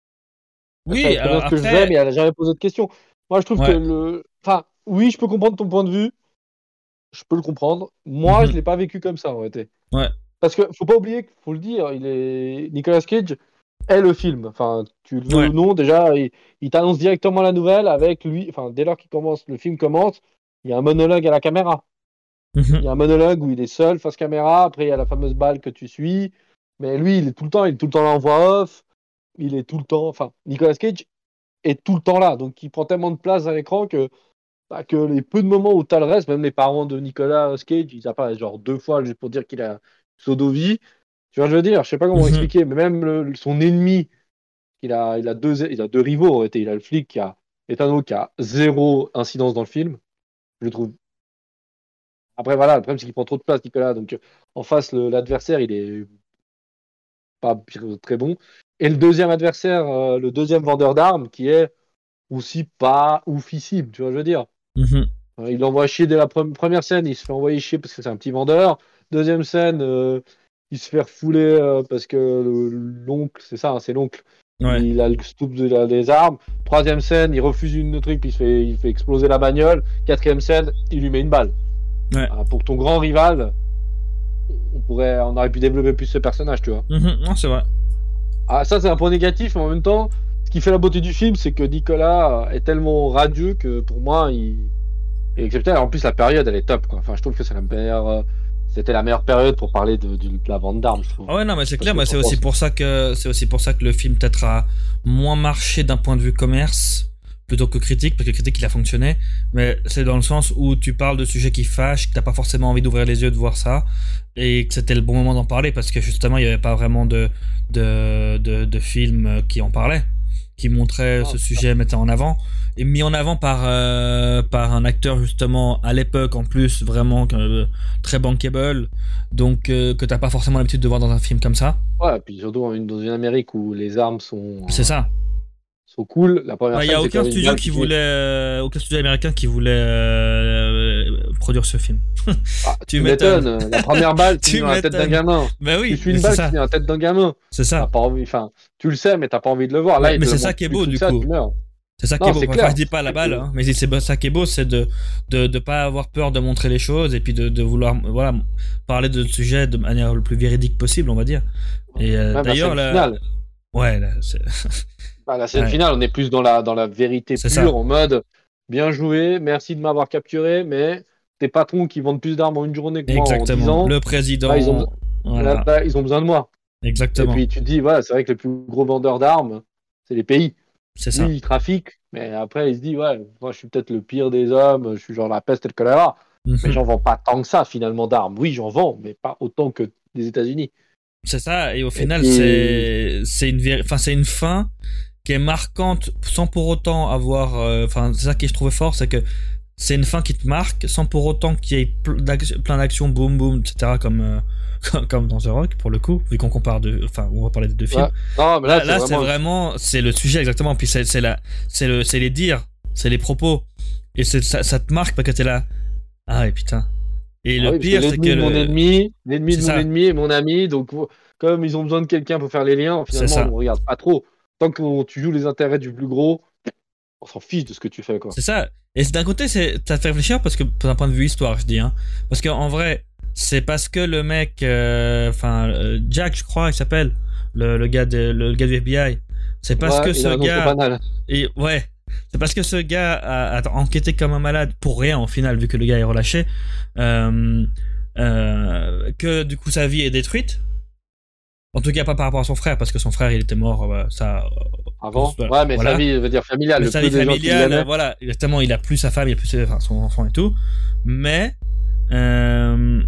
Oui, elle alors ce après... que je veux, mais elle a jamais posé de questions. Moi, je trouve ouais. que le, enfin, oui, je peux comprendre ton point de vue, je peux le comprendre. Moi, mm-hmm. je l'ai pas vécu comme ça en réalité. Ouais. Parce que faut pas oublier, faut le dire, il est Nicolas Cage. Est le film. Enfin, tu le veux ouais. ou non, déjà, il, il t'annonce directement la nouvelle avec lui. Enfin, dès lors qu'il commence, le film commence, il y a un monologue à la caméra. Mm-hmm. Il y a un monologue où il est seul face caméra. Après, il y a la fameuse balle que tu suis. Mais lui, il est tout le temps, il est tout le temps là en voix off. Il est tout le temps. Enfin, Nicolas Cage est tout le temps là. Donc, il prend tellement de place à l'écran que, bah, que les peu de moments où tu as le reste, même les parents de Nicolas Cage, ils apparaissent genre deux fois juste pour dire qu'il a Sodovie. Tu vois, je veux dire, je sais pas comment mm-hmm. expliquer, mais même le, son ennemi, il a, il a deux, il a deux rivaux. Il a le flic qui a Etano qui a zéro incidence dans le film, je trouve. Après voilà, le problème c'est qu'il prend trop de place, Nicolas. Donc en face, le, l'adversaire, il est pas très bon. Et le deuxième adversaire, euh, le deuxième vendeur d'armes, qui est aussi pas oufissime, tu vois, je veux dire. Mm-hmm. Il l'envoie chier dès la pre- première scène, il se fait envoyer chier parce que c'est un petit vendeur. Deuxième scène. Euh, il se fait refouler euh, parce que le, l'oncle, c'est ça, hein, c'est l'oncle, ouais. il a le scoop de la, des armes. Troisième scène, il refuse une truc, puis il, se fait, il fait exploser la bagnole. Quatrième scène, il lui met une balle. Ouais. Ah, pour ton grand rival, on, pourrait, on aurait pu développer plus ce personnage, tu vois. Mm-hmm. Non, c'est vrai. Ah, ça, c'est un point négatif, mais en même temps, ce qui fait la beauté du film, c'est que Nicolas est tellement radieux que pour moi, il est exceptionnel. En plus, la période, elle est top, quoi. Enfin, je trouve que c'est la meilleure. Euh... C'était la meilleure période pour parler de, de, de la vente d'armes, je trouve. Ah ouais, non, mais c'est clair, mais c'est aussi pour ça que c'est aussi pour ça que le film peut-être a moins marché d'un point de vue commerce plutôt que critique, parce que critique il a fonctionné, mais c'est dans le sens où tu parles de sujets qui fâchent, que t'as pas forcément envie d'ouvrir les yeux de voir ça, et que c'était le bon moment d'en parler parce que justement il y avait pas vraiment de de de, de film qui en parlait, qui montrait ah, ce sujet, mettait en avant. Et mis en avant par euh, par un acteur justement à l'époque en plus vraiment euh, très bankable, donc euh, que t'as pas forcément l'habitude de voir dans un film comme ça. Ouais, et puis surtout dans une, dans une Amérique où les armes sont. C'est ça. Sont cool. La première. Il ouais, y a aucun studio qui voulait, euh, aucun studio américain qui voulait euh, produire ce film. Ah, tu, tu m'étonnes. m'étonnes. La première balle, tu mets dans la tête d'un gamin. Bah oui. Tu suis une balle, tu mets dans la tête d'un gamin. C'est ça. T'as pas envie. Enfin, tu le sais, mais t'as pas envie de le voir. Là, mais, mais c'est ça qui est beau du ça, coup. C'est ça qui non, est beau. Enfin, je dis pas la balle, hein, mais c'est ça qui est beau, c'est de, de de pas avoir peur de montrer les choses et puis de, de vouloir voilà parler de sujets de manière le plus véridique possible, on va dire. Et euh, ouais, d'ailleurs la là, ouais, là, c'est... bah, la scène ouais. finale, on est plus dans la dans la vérité c'est pure, ça. En mode bien joué, merci de m'avoir capturé, mais tes patrons qui vendent plus d'armes en une journée que moi exactement. en dix ans, le président, là, ils ont voilà. là, là, ils ont besoin de moi. Exactement. Et puis tu te dis voilà, c'est vrai que les plus gros vendeurs d'armes, c'est les pays. C'est ça. Lui, il trafique, mais après, il se dit, ouais, moi, je suis peut-être le pire des hommes, je suis genre la peste et le choléra, mm-hmm. mais j'en vends pas tant que ça, finalement, d'armes. Oui, j'en vends, mais pas autant que des États-Unis. C'est ça, et au final, et... c'est, c'est, une, vér... enfin, c'est une fin qui est marquante sans pour autant avoir. Enfin, euh... c'est ça qui je trouvais fort, c'est que c'est une fin qui te marque sans pour autant qu'il y ait plein d'actions, boum boum, et cetera. Comme, euh, comme, comme dans The Rock, pour le coup, vu qu'on compare deux, enfin, on va parler de deux films. Ouais. Non, mais là, là, là c'est vraiment... vraiment, c'est le sujet exactement. Puis c'est, c'est, la, c'est, le, c'est les dires, c'est les propos. Et c'est, ça, ça te marque parce que t'es là. Ah, et putain. Et ah le oui, pire, c'est que. de Le... mon ennemi, l'ennemi c'est de mon ça. ennemi est mon ami. Donc, comme ils ont besoin de quelqu'un pour faire les liens, finalement, on ne regarde pas trop. Tant que tu joues les intérêts du plus gros, on s'en fiche de ce que tu fais, quoi. C'est ça. Et d'un côté, c'est, ça fait réfléchir parce que, d'un point de vue histoire, je dis, hein. Parce qu'en vrai, c'est parce que le mec, enfin, euh, Jack, je crois, il s'appelle, le, le gars de, le gars du F B I. C'est parce ouais, que ce gars. Banal. Et ouais. C'est parce que ce gars a, a enquêté comme un malade pour rien, au final, vu que le gars est relâché, euh, euh, que du coup sa vie est détruite. En tout cas, pas par rapport à son frère, parce que son frère, il était mort, euh, ça. Avant euh, ouais, mais voilà. sa vie, veut dire familiale. Mais le sa peu vie des familiale, gens voilà, exactement, il a plus sa femme, il a plus ses, enfin, son enfant et tout. Mais, euh,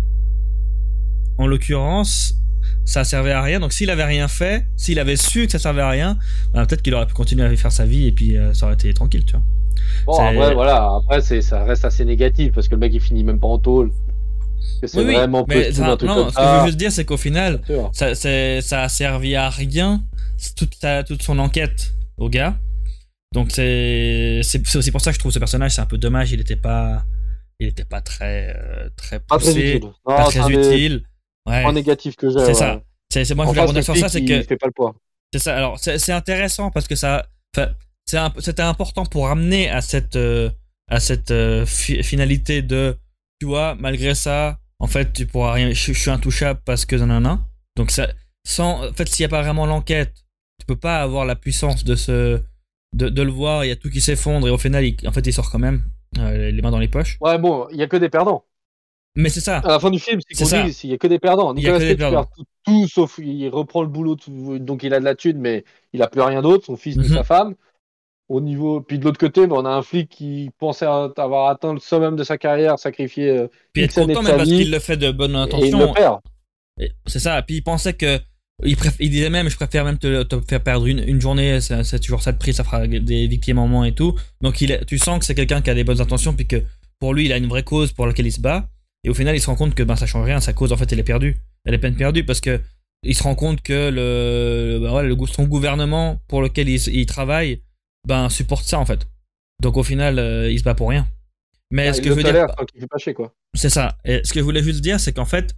en l'occurrence, ça servait à rien. Donc, s'il avait rien fait, s'il avait su que ça servait à rien, bah, peut-être qu'il aurait pu continuer à faire sa vie et puis euh, ça aurait été tranquille, tu vois. Bon, c'est... après, voilà, après, c'est, ça reste assez négatif parce que le mec, il finit même pas en tôle. C'est oui, vraiment oui, mais ça, non, ce que je veux juste dire, c'est qu'au final, ça, c'est, ça a servi à rien toute, sa, toute son enquête au gars. Donc c'est, c'est, c'est aussi pour ça que je trouve ce personnage, c'est un peu dommage, il était pas, il était pas très, euh, très poussé, pas très utile. Non, pas très utile. Ouais. En négatif que j'ai. C'est ouais. ça. C'est, c'est moi, enfin, je voulais rebondir sur ça, c'est que. fait pas le poids. C'est ça. Alors, c'est, c'est intéressant parce que ça, c'est un, c'était important pour amener à cette, euh, à cette euh, fi- finalité de, tu vois, malgré ça, en fait, tu pourras rien. Je, je suis intouchable parce que nanana. Donc ça, sans, en fait, s'il y a pas vraiment l'enquête, tu peux pas avoir la puissance de ce, de, de le voir. Il y a tout qui s'effondre et au final, il, en fait, il sort quand même euh, les mains dans les poches. Ouais, bon, il y a que des perdants. Mais c'est ça. À la fin du film, c'est, c'est qu'on dit, il y a que des perdants. Nicolas Cage perd tout, tout, sauf il reprend le boulot, tout, donc il a de la thune, mais il a plus rien d'autre, son fils ni mm-hmm. sa femme. Au niveau, puis de l'autre côté, ben, on a un flic qui pensait avoir atteint le summum de sa carrière, sacrifié. Euh, puis être content même parce qu'il le fait de bonne intention. Et il le perd. Et c'est ça. Puis il pensait que il, préf... il disait même, je préfère même te, te faire perdre une, une journée. C'est, c'est toujours ça de prix, ça fera des victimes en moins et tout. Donc il, tu sens que c'est quelqu'un qui a des bonnes intentions, puis que pour lui, il a une vraie cause pour laquelle il se bat. Et au final, il se rend compte que ben ça change rien. Sa cause, en fait, elle est perdue. Elle est peine perdue parce que il se rend compte que le, ben ouais, le son gouvernement pour lequel il, il travaille, ben supporte ça en fait. Donc au final, euh, il se bat pour rien. Mais ah, ce que je veux dire, pas chier, quoi. C'est ça. Et ce que je voulais juste dire, c'est qu'en fait,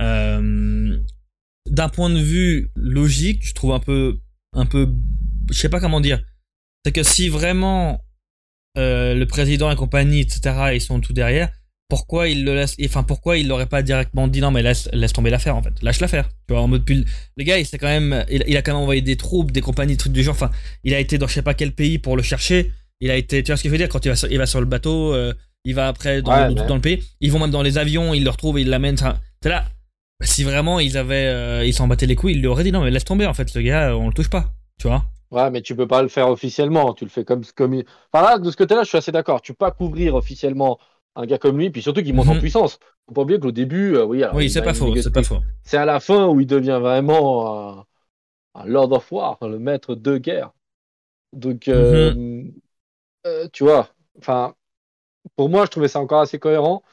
euh, d'un point de vue logique, je trouve un peu, un peu, je sais pas comment dire. C'est que si vraiment euh, le président et compagnie, et cetera, ils sont tout derrière. Pourquoi il le laisse, enfin pourquoi il l'aurait pas directement dit non mais laisse, laisse tomber l'affaire en fait, lâche l'affaire. Tu vois en mode puis le gars il s'est quand même, il, il a quand même envoyé des troupes, des compagnies, des trucs du genre. Enfin il a été dans je sais pas quel pays pour le chercher. Il a été, tu vois ce que je veux dire quand il va sur, il va sur le bateau, euh, il va après dans, ouais, le, dans le pays. Ils vont même dans les avions, ils le retrouvent, et ils l'amènent. T'es là. Si vraiment ils avaient, euh, ils s'en battaient les couilles, ils lui auraient dit non mais laisse tomber en fait le gars, on le touche pas. Tu vois. Ouais, mais tu peux pas le faire officiellement. Tu le fais comme comme. Enfin là de ce côté-là je suis assez d'accord. Tu peux pas couvrir officiellement un gars comme lui, puis surtout qu'il monte mm-hmm. en puissance. Faut pas oublier qu'au début, euh, oui, alors, oui, c'est pas faux, c'est pas faux. C'est à la fin où il devient vraiment un, un Lord of War, le maître de guerre. Donc, euh, mm-hmm. euh, tu vois, enfin, pour moi, je trouvais ça encore assez cohérent.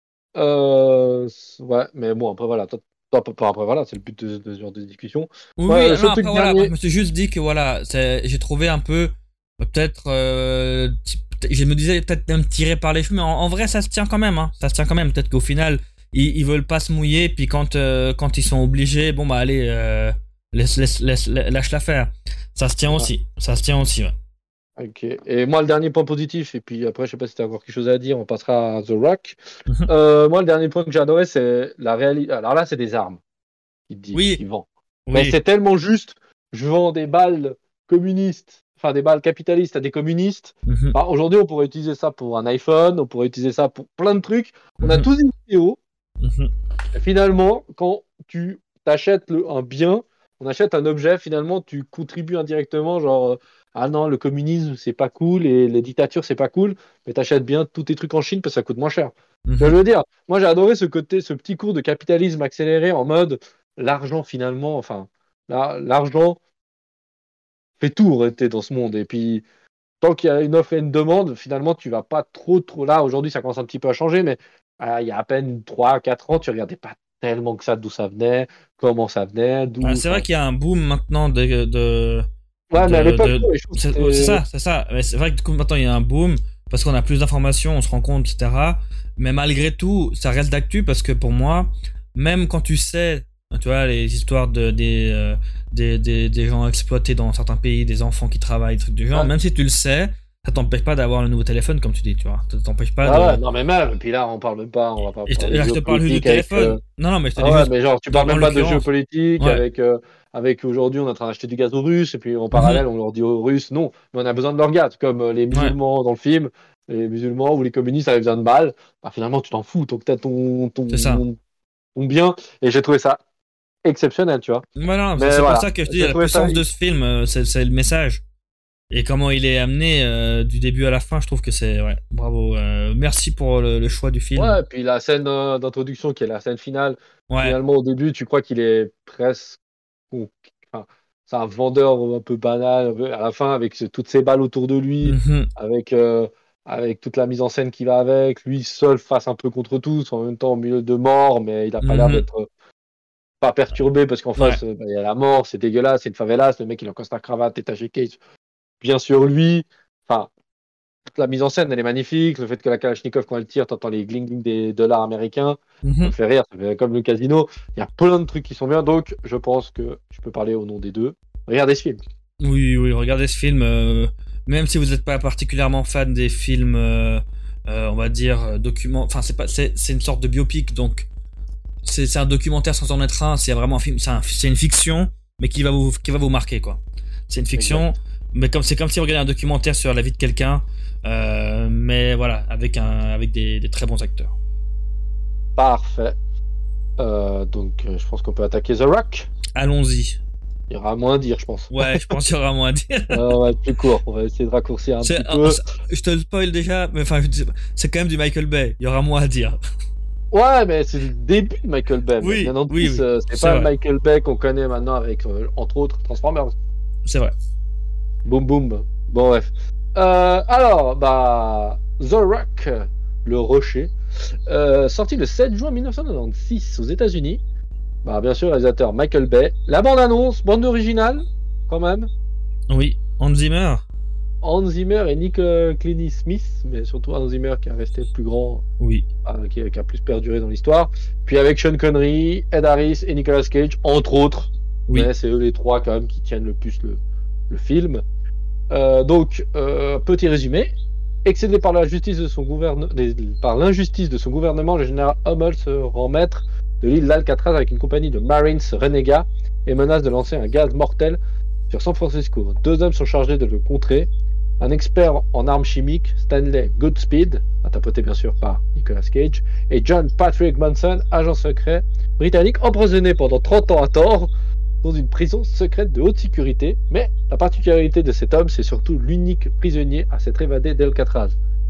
Euh, ouais, mais bon, après voilà, toi, toi, après voilà, c'est le but de, de ce genre de discussion. Oui, ouais, oui non, après, voilà, dernier... je me suis juste dit que voilà, c'est, j'ai trouvé un peu peut-être. Euh, je me disais peut-être même tiré par les cheveux, mais en, en vrai ça se tient quand même, hein. Ça se tient quand même. Peut-être qu'au final ils, ils veulent pas se mouiller, puis quand euh, quand ils sont obligés, bon bah allez, euh, laisse, laisse, laisse, lâche l'affaire. Ça se tient ouais. aussi, ça se tient aussi. Ouais. Ok. Et moi le dernier point positif, et puis après je sais pas si tu as encore quelque chose à dire, on passera à The Rock. Mm-hmm. Euh, moi le dernier point que j'ai adoré c'est la réalité. Alors là c'est des armes. Il dit, oui. il vend. Oui. Mais c'est tellement juste. Je vends des balles communistes. Enfin, des balles capitalistes à des communistes. Mm-hmm. Enfin, aujourd'hui, on pourrait utiliser ça pour un iPhone, on pourrait utiliser ça pour plein de trucs. On mm-hmm. a tous une vidéo. Mm-hmm. Et finalement, quand tu t'achètes le, un bien, on achète un objet, finalement, tu contribues indirectement, genre, euh, ah non, le communisme, c'est pas cool, et les dictatures, c'est pas cool, mais t'achètes bien tous tes trucs en Chine parce que ça coûte moins cher. Mm-hmm. Je veux dire, moi, j'ai adoré ce côté, ce petit cours de capitalisme accéléré en mode l'argent, finalement, enfin, la, l'argent fait tout en réalité dans ce monde. Et puis, tant qu'il y a une offre et une demande, finalement, tu vas pas trop, trop là. Aujourd'hui, ça commence un petit peu à changer, mais euh, il y a à peine trois quatre ans, tu regardais pas tellement que ça d'où ça venait, comment ça venait, d'où. Ah, c'est vrai Enfin, qu'il y a un boom maintenant de. de, ouais, mais à de, l'époque, de- ouais, je trouve que c'est ouais, c'est c'était. ça, c'est ça. Mais c'est vrai que du coup, maintenant il y a un boom parce qu'on a plus d'informations, on se rend compte, et cetera. Mais malgré tout, ça reste d'actu parce que pour moi, même quand tu sais, tu vois, les histoires de, des, euh, des, des, des gens exploités dans certains pays, des enfants qui travaillent, des trucs du genre, Ouais, même si tu le sais, ça t'empêche pas d'avoir le nouveau téléphone, comme tu dis, tu vois. Ça t'empêche pas ouais, ouais, de. non, mais même, et puis là, on parle même pas, on va pas Et je te, parler de là, je te parle juste de géopolitique avec. téléphone. euh, Non, non, mais je te Ah dis ouais, juste, mais genre, tu dans, parles en même pas de l'occurrence. géopolitique Ouais. avec, euh, avec aujourd'hui, on est en train d'acheter du gaz aux Russes, et puis en Mhm. parallèle, on leur dit aux Russes, non, mais on a besoin de leur gaz, comme euh, les Ouais, musulmans dans le film, les musulmans ou les communistes avaient besoin de balles. Bah, finalement, tu t'en fous, tant que t'as ton, c'est ça. ton, ton bien, et j'ai trouvé ça exceptionnel, tu vois. Voilà, c'est Mais c'est pour voilà, ça que je te dis, j'ai la trouvé ça. puissance de ce film, euh, c'est c'est le message. Et comment il est amené euh, du début à la fin, je trouve que c'est. Ouais, bravo. euh, merci pour le, le choix du film. Ouais, puis la scène euh, d'introduction, qui est la scène finale, Ouais. finalement, au début, tu crois qu'il est presque. Enfin, c'est un vendeur un peu banal à la fin, avec ce- toutes ces balles autour de lui, Mhm. avec, euh, avec toute la mise en scène qui va avec, lui seul face un peu contre tous, en même temps au milieu de mort, mais il n'a pas l'air Mhm. d'être euh, pas perturbé parce qu'en Ouais. face, euh, bah, il y a la mort, c'est dégueulasse, c'est une favelas, le mec il a encore sa cravate étagée case bien sur lui. Enfin, toute la mise en scène, elle est magnifique. Le fait que la Kalachnikov, quand elle tire, t'entends les gling-gling des dollars américains. Ça me Mhm. fait rire, ça fait comme le casino. Il y a plein de trucs qui sont bien, donc je pense que je peux parler au nom des deux. Regardez ce film. Oui, oui, regardez ce film. euh, même si vous n'êtes pas particulièrement fan des films, euh, euh, on va dire, euh, documents. Enfin, c'est pas, c'est c'est une sorte de biopic, donc c'est c'est un documentaire sans en être un. C'est vraiment un film, c'est un- c'est une fiction, mais qui va vous, qui va vous marquer, quoi. C'est une fiction, Exact. mais comme c'est comme si vous regardiez un documentaire sur la vie de quelqu'un, euh, mais voilà, avec un, avec des, des très bons acteurs. Parfait. Euh, donc, euh, je pense qu'on peut attaquer The Rock. Allons-y. Il y aura moins à dire, je pense. Ouais, je pense qu'il y aura moins à dire. Euh, on va être plus court. On va essayer de raccourcir un C'est, petit euh, peu. je te le spoil déjà, mais enfin, je dis- c'est quand même du Michael Bay. Il y aura moins à dire. Ouais, mais c'est le début de Michael Bay. Mais Oui, oui, quatre-vingt-dix, oui. euh, c'est C'est pas le vrai. Michael Bay qu'on connaît maintenant avec, euh, entre autres, Transformers. C'est vrai. Boum boum. Bon, bref. Euh, alors, bah, The Rock, le rocher, euh, sorti le sept juin mille neuf cent quatre-vingt-seize aux États-Unis. Bah, bien sûr, réalisateur Michael Bay. La bande-annonce, bande originale, quand même. Oui. Hans Zimmer. Hans Zimmer et Nick euh, Clenny Smith, mais surtout Hans Zimmer qui a resté le plus grand, Oui. euh, qui, qui a plus perduré dans l'histoire. Puis avec Sean Connery, Ed Harris et Nicolas Cage, entre autres. Oui. Mais c'est eux les trois quand même qui tiennent le plus le, le film. Euh, donc, euh, petit résumé. Excédé par la justice de son gouverne... par l'injustice de son gouvernement, le général Hummel se rend maître de l'île d'Alcatraz avec une compagnie de Marines renégats et menace de lancer un gaz mortel sur San Francisco. Deux hommes sont chargés de le contrer. Un expert en armes chimiques, Stanley Goodspeed, interprété bien sûr par Nicolas Cage, et John Patrick Manson, agent secret britannique, emprisonné pendant trente ans à tort dans une prison secrète de haute sécurité. Mais la particularité de cet homme, c'est surtout l'unique prisonnier à s'être évadé d'Alcatraz.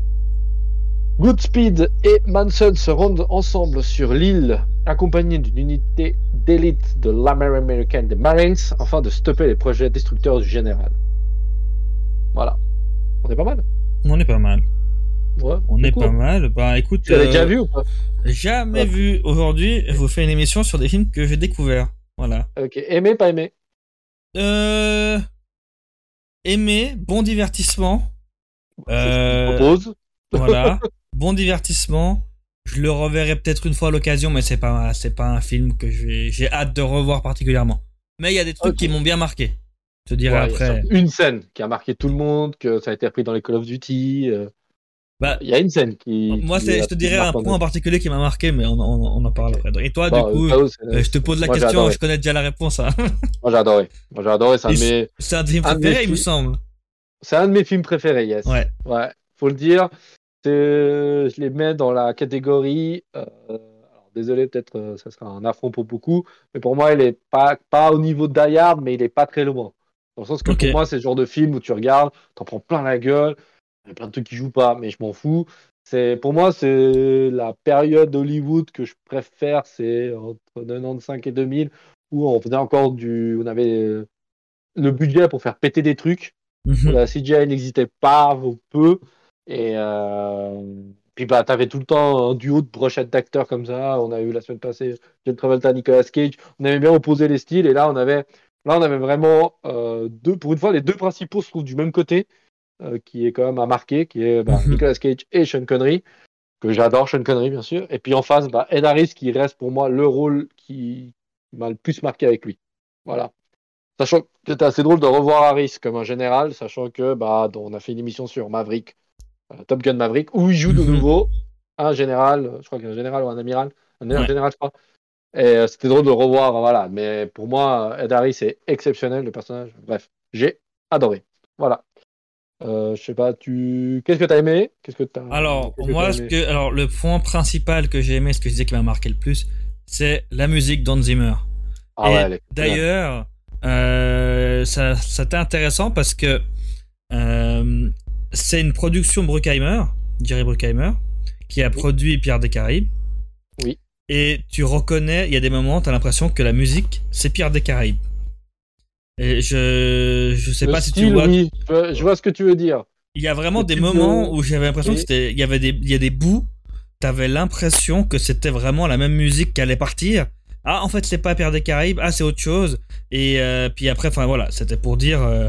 Goodspeed et Manson se rendent ensemble sur l'île, accompagnés d'une unité d'élite de l'Army American des Marines, afin de stopper les projets destructeurs du général. Voilà. On est pas mal. On est pas mal. Ouais, On c'est est cool. pas mal. Bah écoute. Tu l'avais déjà euh, vu ou pas? Jamais Ouais. vu. Aujourd'hui, je vous fais une émission sur des films que j'ai découverts. Voilà. Ok. Aimé, pas aimé? Euh. Aimé, bon divertissement. C'est ce qu'il Euh. propose. Voilà. Bon divertissement. Je le reverrai peut-être une fois à l'occasion, mais c'est pas, c'est pas un film que j'ai, j'ai hâte de revoir particulièrement. Mais il y a des trucs Ok. qui m'ont bien marqué. Je te dirai Ouais, il y a après. surtout une scène qui a marqué tout le monde, que ça a été repris dans les Call of Duty. euh, Bah, Il y a une scène qui, moi, qui c'est, je a te qui dirai un marque en point en deux. particulier qui m'a marqué, mais on, on, on en parle Ok. après. Et toi, Bon, du coup, Chaos, c'est- euh, je te pose la moi j'ai question, adoré. je connais déjà la réponse. Hein. Moi j'ai adoré. Moi j'ai adoré. C'est un, Et de c'est mes... c'est un de tes films un de mes préférés, il me fi- semble. c'est un de mes films préférés, yes. Ouais. Ouais, faut le dire. C'est... Je les mets dans la catégorie. euh, Alors, désolé, peut-être euh, ça sera un affront pour beaucoup, mais pour moi, il est pas, pas au niveau de Die Hard, mais il est pas très loin. Dans le sens que Ok. pour moi, c'est le genre de film où tu regardes, t'en prends plein la gueule, il y a plein de trucs qui jouent pas, mais je m'en fous. C'est, pour moi, c'est la période d'Hollywood que je préfère, c'est entre quatre-vingt-quinze et deux mille, où on faisait encore du. On avait euh, le budget pour faire péter des trucs. Mhm. où la C G I n'existait pas ou peu. Et euh, puis bah t'avais tout le temps un duo de brochettes d'acteurs comme ça. On a eu la semaine passée John Travolta, Nicolas Cage. On avait bien opposé les styles et là on avait là on avait vraiment euh, deux pour une fois les deux principaux se trouvent du même côté, euh, qui est quand même à marquer, qui est bah, Mhm. Nicolas Cage et Sean Connery, que j'adore Sean Connery bien sûr. Et puis en face bah, Ed Harris qui reste pour moi le rôle qui m'a le plus marqué avec lui. Voilà. Sachant que c'était assez drôle de revoir Harris comme un général, sachant que bah, on a fait une émission sur Maverick, euh, Top Gun Maverick, où il joue de Mhm. nouveau un général, euh, je crois qu'il y a un général ou un amiral, un Ouais. général, je crois. Et euh, c'était drôle de le revoir, voilà. Mais pour moi, Ed Harris est exceptionnel, le personnage. Bref, j'ai adoré. Voilà. Euh, je sais pas, tu. Qu'est-ce que t'as aimé? Qu'est-ce que t'as. Alors, Qu'est-ce que t'as moi, ce aimé? que, alors, le point principal que j'ai aimé, ce que je disais qui m'a marqué le plus, c'est la musique d'Hans Zimmer. Ah ouais, Et elle est exceptionnelle. d'ailleurs, euh, ça, c'était intéressant parce que euh, c'est une production Bruckheimer, Jerry Bruckheimer, qui a Oui, produit Pierre des Caraïbes. oui. Et tu reconnais, il y a des moments, tu as l'impression que la musique, c'est Pierre des Caraïbes. Et je, je sais Le pas si tu style, vois, oui. Je vois je vois ce que tu veux dire. il y a vraiment Le des type moments de. où j'avais l'impression que Oui. c'était, il y avait des, il y a des bouts, t'avais l'impression que c'était vraiment la même musique qui allait partir. Ah, en fait, c'est pas Pierre des Caraïbes, ah, c'est autre chose. Et euh, puis après, enfin voilà, c'était pour dire, euh,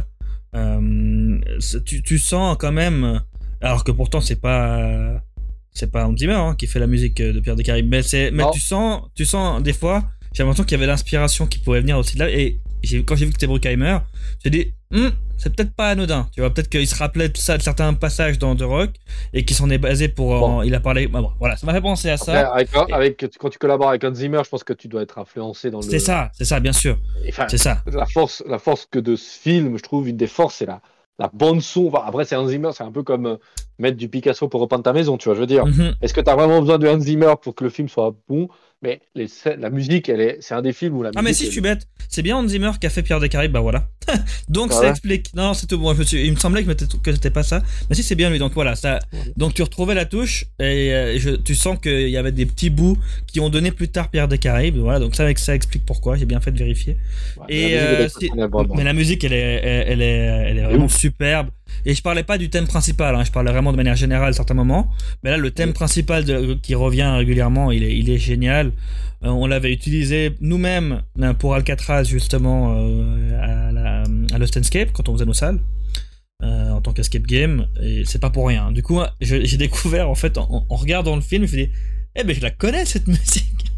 euh, c'est- tu, tu sens quand même, alors que pourtant c'est pas, c'est pas Hans Zimmer hein, qui fait la musique de Pierre des Caraïbes, mais c'est, mais Non. tu sens, tu sens des fois, j'ai l'impression qu'il y avait l'inspiration qui pouvait venir aussi de là. Et j'ai, quand j'ai vu que c'était Bruckheimer, j'ai dit, Hum, c'est peut-être pas anodin. Tu vois, peut-être qu'il se rappelait de ça de certains passages dans The Rock et qui s'en est basé pour. Bon. en- il a parlé. Bah bon, voilà, ça m'a fait penser à Après, ça. avec, Et avec, quand tu collabores avec Hans Zimmer, je pense que tu dois être influencé dans c'est le. ça, c'est ça, bien sûr. Enfin, C'est ça. la force, la force que de ce film, je trouve, une des forces, c'est la, la bande son. Enfin, après, c'est Hans Zimmer, c'est un peu comme euh, mettre du Picasso pour repeindre ta maison, tu vois. Je veux dire, Mhm. est-ce que tu as vraiment besoin de Hans Zimmer pour que le film soit bon? Mais les, scè- la musique, elle est, c'est un des films où la Ah, mais musique, si je elle suis est. bête, c'est bien Hans Zimmer qui a fait Pierre des Caraïbes, bah voilà. Donc Ah ça ouais? explique. Non, non, c'est tout bon. Je me suis- il me semblait que c'était que c'était pas ça. Mais si, c'est bien lui. Donc voilà, ça. Ouais. Donc tu retrouvais la touche et euh, je- tu sens qu'il y avait des petits bouts qui ont donné plus tard Pierre des Caraïbes. Voilà, donc ça, ça explique pourquoi. J'ai bien fait de vérifier. Ouais, mais la Et musique, elle est euh, si- exceptionnelle, vraiment. mais la musique, elle est, elle, elle est, elle est Elle est vraiment ouf. superbe. Et je parlais pas du thème principal. Hein, je parlais vraiment de manière générale à certains moments. Mais là, le thème Oui. principal de- qui revient régulièrement, il est, il est génial. Euh, on l'avait utilisé nous-mêmes euh, pour Alcatraz justement euh, à, la, à Lost Escape quand on faisait nos salles euh, en tant qu'escape game et c'est pas pour rien. Du coup, je- j'ai découvert en fait en, en regardant le film, je me suis dit, eh ben je la connais cette musique.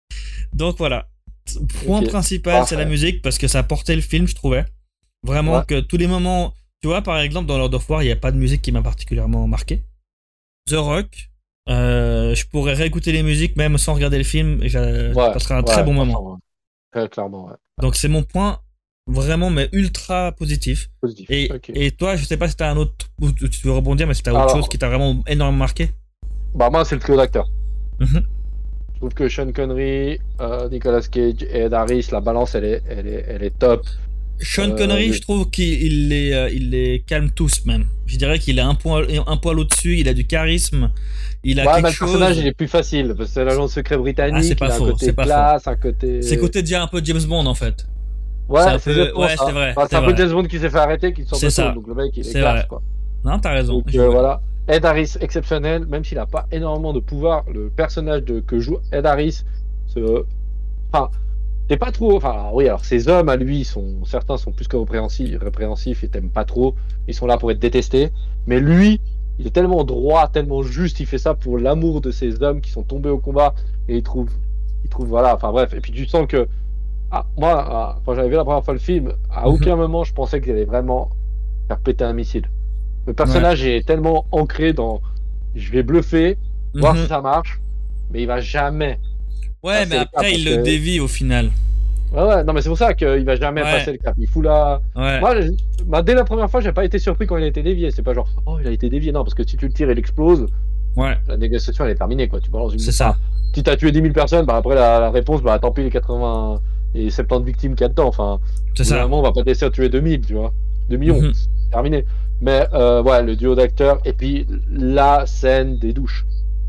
Donc voilà. Point Ok. principal, c'est la Parfait. musique parce que ça portait le film, je trouvais. Vraiment Ouais. que tous les moments, tu vois, par exemple dans Lord of War, il n'y a pas de musique qui m'a particulièrement marqué. The Rock, euh, je pourrais réécouter les musiques même sans regarder le film et je, je Ouais. passerai un Ouais. très bon moment. Franchement, ouais. Très clairement, ouais. Donc c'est mon point vraiment mais ultra positif. Positif. Et, Ok. et toi, je sais pas si t'as un autre, ou tu tu veux rebondir, mais si t'as autre Alors, chose qui t'a vraiment énormément marqué. bah, moi, c'est le trio d'acteurs. Mhm. Je trouve que Sean Connery, euh, Nicolas Cage et Ed Harris, la balance, elle est, elle est, elle est top. Sean Euh, Connery, le- je trouve qu'il il les, euh, il les calme tous même. Je dirais qu'il est un poil, un poil au-dessus, il a du charisme, il a Ouais, quelque mais le personnage, chose. il est plus facile, parce que c'est l'agent secret Ah, c'est britannique, pas il a un faux, côté c'est pas faux. classe, un côté. C'est côté déjà un peu James Bond en fait. C'est Ouais, un c'est peu, exactement ouais, ça. c'est vrai, Enfin, c'est c'est un peu vrai. James Bond qui s'est fait arrêter, qui sort de C'est ça. tôle, donc le mec, il est C'est classe, vrai. quoi. Non, t'as raison. Donc je euh, vois. voilà. Ed Harris, exceptionnel, même s'il n'a pas énormément de pouvoir, le personnage de, que joue Ed Harris, ce... enfin, t'es pas trop. Enfin, alors, oui, alors ces hommes à lui, sont, certains sont plus que répréhensifs, répréhensifs et t'aimes pas trop, ils sont là pour être détestés, mais lui, il est tellement droit, tellement juste, il fait ça pour l'amour de ces hommes qui sont tombés au combat et il trouve, il trouve, voilà, enfin bref, et puis tu sens que. Ah, moi, ah, quand j'avais vu la première fois le film, à Mhm. aucun moment je pensais qu'il allait vraiment faire péter un missile. Le Ouais. personnage est tellement ancré dans je vais bluffer, voir Mhm. si ça marche, mais il va jamais Ouais, passer mais le cap après, parce il le que. dévie au final. Ouais, ouais, non, mais c'est pour ça qu'il va jamais Ouais. passer le cap. Il fout la. Ouais. Moi, je- bah, dès la première fois, j'ai pas été surpris quand il a été dévié. C'est pas genre, oh, il a été dévié. Non, parce que si tu le tires, il explose. Ouais. La négociation, elle est terminée, quoi. Tu balances une. C'est ça. Enfin, si t'as tué dix mille personnes, bah après la, la réponse, bah tant pis les quatre-vingts et soixante-dix victimes qu'il y a dedans. Enfin, C'est ça. évidemment, on va pas te laisser tuer deux mille, tu vois. deux millions, Mhm. c'est terminé. Mais euh, ouais, le duo d'acteurs et puis la scène des douches,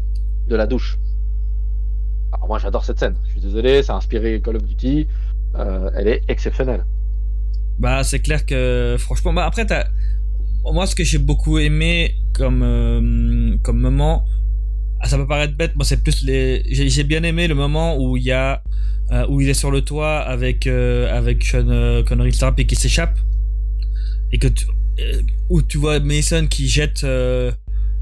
de la douche. Alors moi, j'adore cette scène. Je suis désolé, ça a inspiré Call of Duty. Euh, elle est exceptionnelle. Bah, c'est clair que, franchement, bah, après, t'as, moi, ce que j'ai beaucoup aimé comme euh, comme moment, ah, ça peut paraître bête, moi c'est plus les. J'ai, j'ai bien aimé le moment où il y a euh, où il est sur le toit avec euh, avec Sean euh, Connery Starr et qui s'échappe et que tu, euh, où tu vois Mason qui jette euh,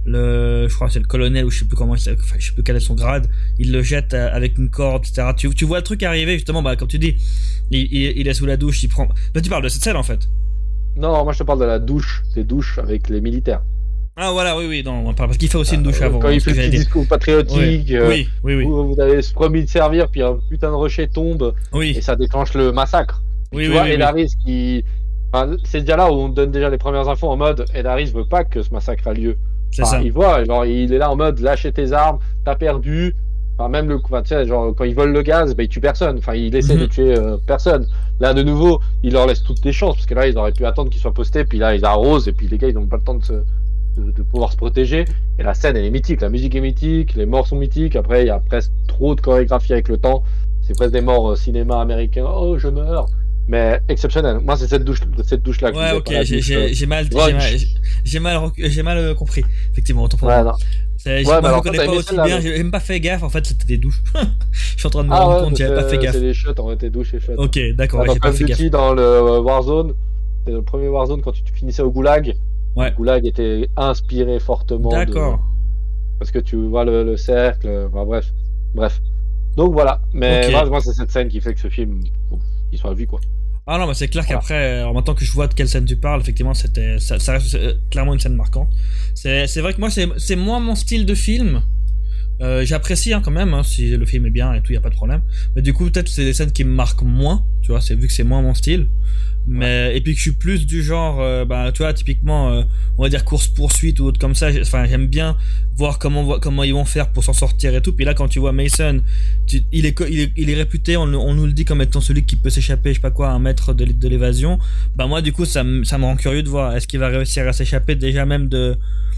le, je crois que c'est le colonel ou je sais plus comment, enfin, je sais plus quel est son grade, il le jette euh, avec une corde, et cetera. Tu tu vois le truc arriver justement, bah comme tu dis, il il, il est sous la douche, il prend. Bah tu parles de cette scène en fait. Non, moi je te parle de la douche, des douches avec les militaires. Ah voilà, oui oui, non, parce qu'il fait aussi une douche Euh, avant. Quand hein, il ce fait que le j'allais petit dire. discours patriotique, Oui, euh, oui, oui, oui. vous, vous avez promis de servir, puis un putain de rocher tombe, Oui. et ça déclenche le massacre. Puis Oui, tu oui, vois, oui, Ed oui. Harris qui. Enfin, c'est déjà là où on donne déjà les premières infos en mode Ed Harris veut pas que ce massacre a lieu. C'est Enfin, ça. il voit, genre, il est là en mode lâchez tes armes, t'as perdu. Enfin, même le, enfin, tu sais, genre, quand ils volent le gaz, bah, il tue personne. Enfin, il essaie Mhm. de tuer euh, personne. Là, de nouveau, il leur laisse toutes les chances, parce que là, ils auraient pu attendre qu'ils soient postés, puis là, ils arrosent, et puis les gars, ils n'ont pas le temps de, se, de, de pouvoir se protéger. Et la scène, elle est mythique, la musique est mythique, les morts sont mythiques. Après, il y a presque trop de chorégraphie avec le temps. C'est presque des morts euh, cinéma américain. Oh, je meurs. Mais exceptionnel. Moi, c'est cette douche, cette douche-là que je Ouais, disais, ok, pas la j'ai, douche, j'ai, euh, j'ai mal, j'ai grunge. mal, j'ai mal, rec- j'ai mal euh, compris. Effectivement, autant pour Ouais, moi. non. C'est- Ouais, mais moi, je alors, toi, connais t'as pas aimé aussi celle-là, bien, mais- j'ai même pas fait gaffe. En fait, c'était des douches. Je suis en train de me Ah rendre ouais, compte, j'avais pas fait c'est gaffe. c'est les shots, en été douche et shots. Ok, d'accord, Ah, ouais, dans j'ai Call pas of fait gaffe. Duty, dans le Warzone, c'est le premier Warzone quand tu tu finissais au goulag. Ouais. Le goulag était inspiré fortement de. D'accord. Parce que tu vois le, le cercle, enfin bref. Bref. Donc voilà. Mais Ok. moi, moi, c'est cette scène qui fait que ce film, bon, il soit vu quoi. Ah non, mais c'est clair Voilà. qu'après, en même temps que je vois de quelle scène tu parles, effectivement, c'était, ça, ça reste euh, clairement une scène marquante. C'est, c'est vrai que moi, c'est, c'est moins mon style de film. Euh, j'apprécie hein, quand même, hein, si le film est bien et tout, y a pas de problème. Mais du coup, peut-être c'est des scènes qui me marquent moins, tu vois, c'est vu que c'est moins mon style. Mais et puis que je suis plus du genre, euh, bah, tu vois, typiquement, euh, on va dire course poursuite ou autre comme ça. j'ai- Enfin, j'aime bien voir comment comment ils vont faire pour s'en sortir et tout. Puis là, quand tu vois Mason, tu, il est co- il est il est réputé, on, le- on nous le dit comme étant celui qui peut s'échapper, je sais pas quoi, à un mètre de, l'é- de l'évasion. Bah moi, du coup, ça me ça me rend curieux de voir est-ce qu'il va réussir à s'échapper déjà même de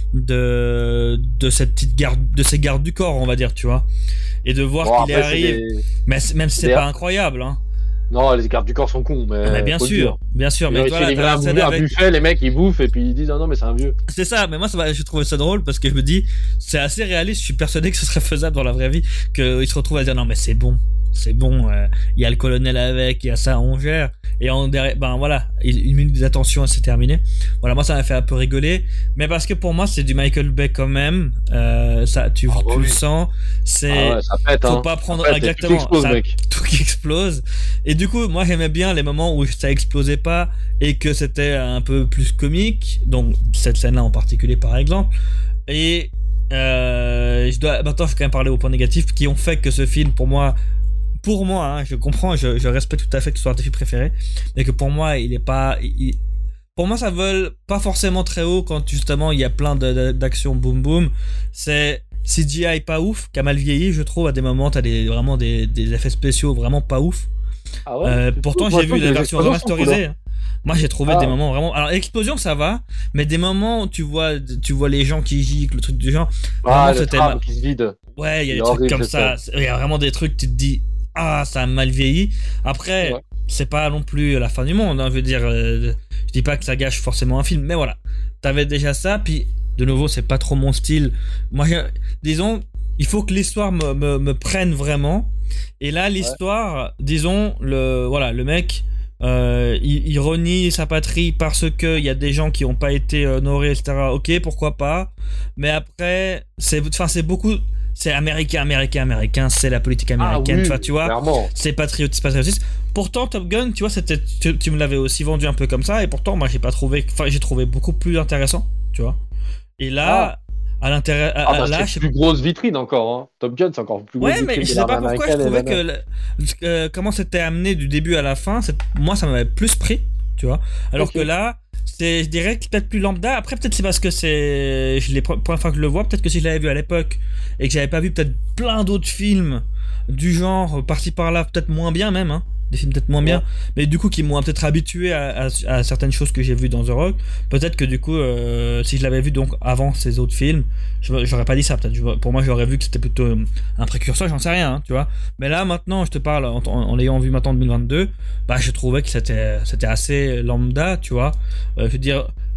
de de cette petite garde de ces gardes du corps, on va dire, tu vois, et de voir Bon, qu'il y après, c'est arrive. des. Mais c'est- même si c'est des- pas incroyable, hein. Non, les gardes du corps sont cons, mais. Ah, mais bien faut le sûr, dire. bien sûr. Ils Mais ont toi, réussi à là, livrer t'as un, la scène bu- un avec. buffet, les mecs ils bouffent et puis ils disent ah non, mais c'est un vieux. C'est ça, mais moi ça va, j'ai trouvé ça drôle parce que je me dis, c'est assez réaliste, je suis persuadé que ce serait faisable dans la vraie vie, qu'ils se retrouvent à dire non mais c'est bon, c'est bon, il euh, y a le colonel avec, il y a ça, on gère, et en derrière, ben voilà, une minute d'attention, c'est terminé. Voilà, moi ça m'a fait un peu rigoler, mais parce que pour moi c'est du Michael Bay quand même, euh, ça, tu, Ah, tu oui. le sens, c'est... Ah ouais, ça pète, Faut hein. pas prendre Ça pète, et exactement tout explose, ça- mec. tout qui explose. Et du coup, moi j'aimais bien les moments où ça explosait pas et que c'était un peu plus comique. Donc cette scène-là en particulier, par exemple. Et euh, je dois maintenant, je vais quand même parler aux points négatifs qui ont fait que ce film, pour moi, pour moi, hein, je comprends, je, je respecte tout à fait que ce soit un de tes films préférés, mais que pour moi, il est pas, il- pour moi, ça vole pas forcément très haut quand justement il y a plein de- de- d'actions boum boum. C'est C G I pas ouf, qui a mal vieilli, je trouve. À des moments, t'as des, vraiment des, des effets spéciaux vraiment pas ouf. Ah ouais, Euh, c'est pourtant, fou. Moi, j'ai je vu trouve la que les version explosions sont remasterisée. cool, hein. Moi, j'ai trouvé Ah. des moments vraiment. Alors, explosion, ça va, mais des moments où tu vois, tu vois les gens qui giclent, le truc du genre. Ah, Vraiment, le c'était tram ma- qui se vide. Ouais, il y a Il des est trucs horrible, comme cette ça. Il y a vraiment des trucs, tu te dis, ah, ça a mal vieilli. Après, Ouais. c'est pas non plus la fin du monde, hein, je veux dire, euh, je dis pas que ça gâche forcément un film, mais voilà. T'avais déjà ça, puis de nouveau, c'est pas trop mon style. Moi, j'ai- disons, il faut que l'histoire me, me, me prenne vraiment. Et là, l'histoire, disons, le, voilà, le mec, euh, il, il renie sa patrie parce que il y a des gens qui ont pas été honorés, et cetera. Ok, pourquoi pas. Mais après, c'est, enfin, c'est beaucoup, c'est américain, américain, américain, c'est la politique américaine, Ah oui, tu vois, tu vois. clairement. C'est patriotisme, patriotisme. Pourtant, Top Gun, tu vois, c'était, tu, tu me l'avais aussi vendu un peu comme ça, et pourtant, moi, j'ai pas trouvé, enfin, j'ai trouvé beaucoup plus intéressant, tu vois. Et là, à l'intérêt, à- Ah à- bah, là, c'est je sais plus grosse vitrine encore. Hein. Top Gun, c'est encore plus grosse Ouais, vitrine mais que je sais l'armée pas pourquoi je américaine et trouvais que nanana. le- euh, comment c'était amené du début à la fin, c'est- moi ça m'avait plus pris, tu vois. Alors Ok. que là, c'est, je dirais que peut-être plus lambda. Après, peut-être c'est parce que c'est je les pre- première fois que je le vois. Peut-être que si je l'avais vu à l'époque et que j'avais pas vu peut-être plein d'autres films du genre par-ci par-là, peut-être moins bien même, hein. Des films peut-être moins bien, Ouais. mais du coup qui m'ont peut-être habitué à, à- à certaines choses que j'ai vues dans The Rock. Peut-être que du coup, euh, si je l'avais vu donc avant ces autres films, je- j'aurais pas dit ça. Peut-être, je- pour moi, j'aurais vu que c'était plutôt euh, un précurseur, j'en sais rien, hein, tu vois. Mais là, maintenant, je te parle en, en- en l'ayant vu maintenant en deux mille vingt-deux, bah, je trouvais que c'était, c'était assez lambda, tu vois. Euh, je veux dire,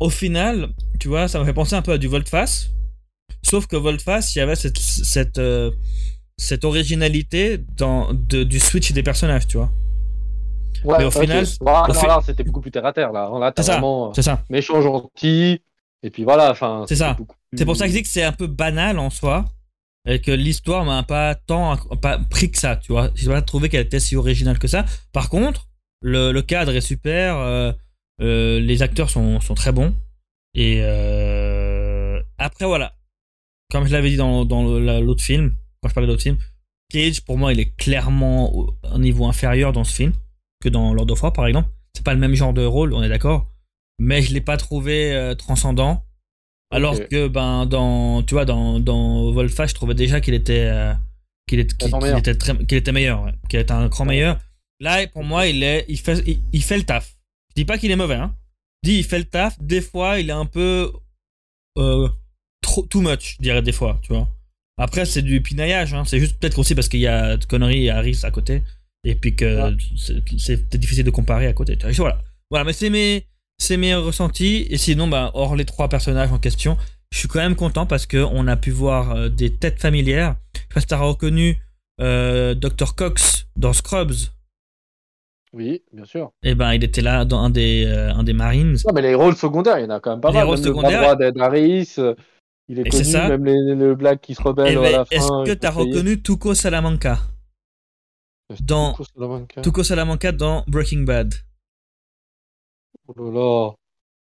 au final, tu vois, ça me fait penser un peu à du Volte-Face. Sauf que Volte-Face, il y avait cette, cette, euh, cette originalité dans, de, du switch des personnages, tu vois. Ouais, Mais au ok. final, Voilà, au non, fi- là, c'était beaucoup plus terre à terre. Là, là t'as c'est ça, vraiment euh, c'est ça, méchant, gentil. Et puis voilà, enfin, c'est c'était ça. beaucoup C'est pour ça que je dis plus. que c'est un peu banal en soi. Et que l'histoire m'a pas tant pas pris que ça, tu vois. J'ai pas trouvé qu'elle était si originale que ça. Par contre, le, le cadre est super, euh, euh, les acteurs sont, sont très bons. Et euh, après, voilà. Comme je l'avais dit dans, dans le- la- l'autre film, quand je parlais de l'autre film, Cage, pour moi, il est clairement au- un niveau inférieur dans ce film que dans Lord of War, par exemple. C'est pas le même genre de rôle, on est d'accord. Mais je l'ai pas trouvé euh, transcendant. Alors Ok. que ben dans tu vois dans dans Volfa, je trouvais déjà qu'il était euh, qu'il était qu'il, Attends, qu'il meilleur. était très qu'il était meilleur, ouais. Qu'il était un cran Ouais. meilleur. Là pour moi, il est il fait il, il fait le taf. Je dis pas qu'il est mauvais, hein. Je dis il fait le taf. Des fois, il est un peu euh, trop too much, je dirais des fois, tu vois. Après, c'est du pinaillage, hein. C'est juste peut-être aussi parce qu'il y a Connery et Harris à côté et puis que Ouais. c'est, c'est difficile de comparer à côté. Tu vois. Voilà. Voilà, mais c'est mes c'est mes ressentis. Et sinon, bah, hors les trois personnages en question, je suis quand même content parce qu'on a pu voir euh, des têtes familières. Je sais pas si t'as reconnu euh, docteur Cox dans Scrubs. Oui, bien sûr. Et ben, il était là dans un des, euh, un des Marines. Non, mais les rôles secondaires, il y en a quand même pas Les mal. rôles Même le bras secondaires. droit d'Ed Harris, euh, il est Et c'est connu. ça. Même les, le black qui se rebelle Et à ben, la est-ce fin. que il t'as peut payer. reconnu Tuco Salamanca C'est dans Tuco Salamanca. Tuco Salamanca dans Breaking Bad? Oh là là.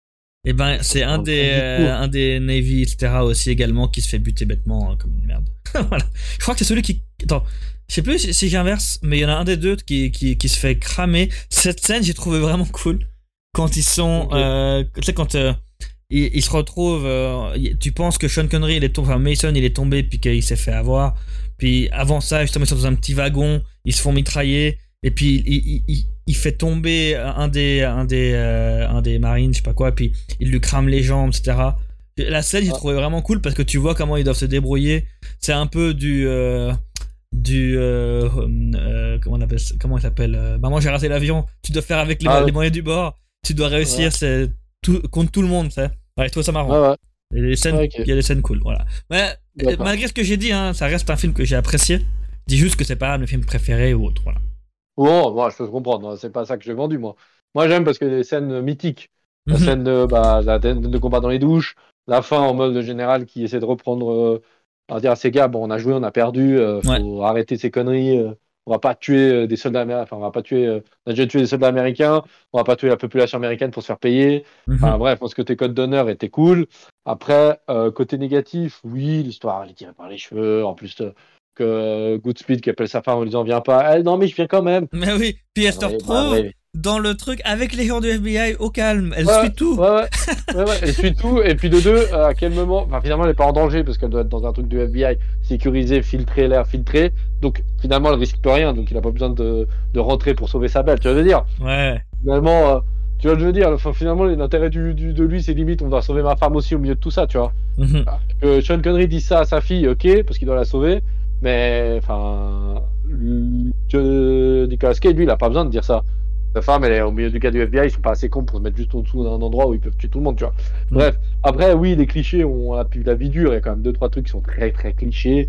Et ben, Ça c'est me un parle des, pas du tout. euh, un des Navy, et cetera aussi également qui se fait buter bêtement hein, comme une merde. Voilà. Je crois que c'est celui qui. Attends, je sais plus si, si j'inverse, mais il y en a un des deux qui, qui, qui se fait cramer. Cette scène, j'ai trouvé vraiment cool. Quand ils sont. Ok. Euh, tu sais, quand euh, ils, ils se retrouvent. Euh, tu penses que Sean Connery, il est tombé. Enfin, Mason, il est tombé, puis qu'il s'est fait avoir. Puis avant ça, justement, ils sont dans un petit wagon, ils se font mitrailler. Et puis il, il, il, il fait tomber un des, un, des, euh, un des marines, je sais pas quoi, puis il lui crame les jambes, et cetera. La scène, j'ai Ah. trouvé vraiment cool parce que tu vois comment ils doivent se débrouiller. C'est un peu du. Euh, du. Euh, euh, comment on appelle ça, comment il s'appelle euh, Maman, j'ai raté l'avion. Tu dois faire avec les, Ah, les ouais. moyens du bord. Tu dois réussir, Ouais. c'est tout, contre tout le monde, ça. Ouais, je trouve ça marrant. Ouais, ouais. Il y a des scènes, Ouais, ok. il y a des scènes cool, voilà. Mais D'accord. malgré ce que j'ai dit, hein, ça reste un film que j'ai apprécié. Je dis juste que c'est pas un de mes films préférés ou autre, voilà. Bon, moi, je peux comprendre. hein, C'est pas ça que j'ai vendu, moi. Moi, j'aime parce que les scènes mythiques. La Mhm. scène de, bah, la scène de combat dans les douches. La fin en mode général qui essaie de reprendre. Euh, à dire à ces gars, bon, on a joué, on a perdu. euh, faut Ouais. arrêter ces conneries. euh, on va pas tuer euh, des soldats américains. Enfin, on va pas tuer. euh, on a déjà tué des soldats américains. On va pas tuer la population américaine pour se faire payer. Enfin, Mhm. bref, parce que tes codes d'honneur étaient cool. Après, euh, côté négatif, oui, l'histoire, elle est tirée par les cheveux. En plus, euh, que euh, Goodspeed qui appelle sa femme en lui disant, viens pas. Elle, non, mais je viens quand même. Mais oui, puis elle Ah, se ouais, bah, retrouve ouais. dans le truc avec les gens du F B I au calme. Elle Ouais, suit tout. ouais, ouais, ouais, ouais, elle suit tout. Et puis de deux, euh, à quel moment, enfin finalement, elle n'est pas en danger parce qu'elle doit être dans un truc du F B I, sécurisé, filtrer l'air, filtré. Donc finalement, elle risque rien. Donc il n'a pas besoin de, de rentrer pour sauver sa belle. Tu vois, je veux dire, Ouais. finalement, euh, tu vois, je veux dire, enfin, finalement, l'intérêt du, du- de lui, c'est limite, on doit sauver ma femme aussi au milieu de tout ça, tu vois. Mhm. Que Sean Connery dise ça à sa fille, ok, parce qu'il doit la sauver. Mais enfin, lui- que Nicolas Cage, lui, il a pas besoin de dire ça. Sa femme, elle est au milieu du cas du F B I, ils sont pas assez cons pour se mettre juste au-dessous d'un endroit où ils peuvent tuer tout le monde, tu vois. Mm. Bref, après, oui, les clichés, on a pu la vie dure, il y a quand même deux, trois trucs qui sont très, très clichés.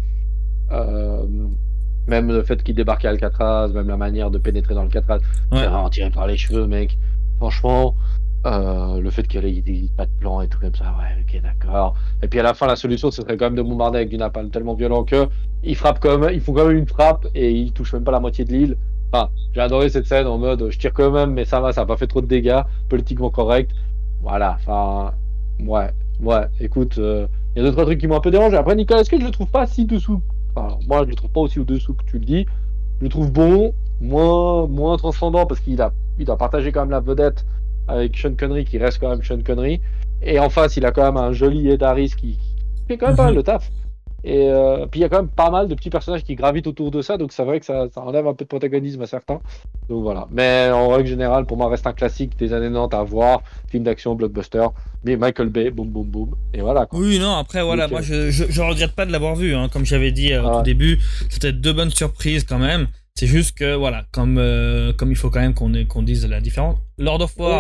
Euh, même le fait qu'il débarque à Alcatraz, même la manière de pénétrer dans Alcatraz, Ouais. c'est vraiment tiré par les cheveux, mec. Franchement, euh, le fait qu'il y ait des pas de plan et tout comme ça, ouais, ok, d'accord. Et puis à la fin, la solution, ce serait quand même de bombarder avec du napalm tellement violent que ils frappent comme, ils font quand même une frappe et ils touchent même pas la moitié de l'île. Enfin, j'ai adoré cette scène en mode, je tire quand même, mais ça va, ça a pas fait trop de dégâts, politiquement correct. Voilà, enfin, ouais, ouais. Écoute, il euh, y a deux trois trucs qui m'ont un peu dérangé. Après, Nicolas, est-ce que je le trouve pas si dessous? Enfin, moi, je le trouve pas aussi au-dessous que tu le dis. Je le trouve bon, moins, moins transcendant parce qu'il a, il a partagé quand même la vedette avec Sean Connery qui reste quand même Sean Connery. Et en face, il a quand même un joli Ed Harris qui, qui fait quand même pas mal Mhm. le taf. Et euh, puis il y a quand même pas mal de petits personnages qui gravitent autour de ça, donc c'est vrai que ça, ça enlève un peu de protagonisme à certains. Donc voilà. Mais en règle générale, pour moi, reste un classique des années quatre-vingt-dix à voir. Film d'action, blockbuster. Mais Michael Bay, boum boum boum. Et voilà quoi. Oui, non, après, voilà, Donc, moi, euh, je, je, je regrette pas de l'avoir vu, hein, comme j'avais dit euh, au ah tout ouais. début. C'était deux bonnes surprises quand même. C'est juste que, voilà, comme, euh, comme il faut quand même qu'on ait- qu'on dise la différence. Lord of War,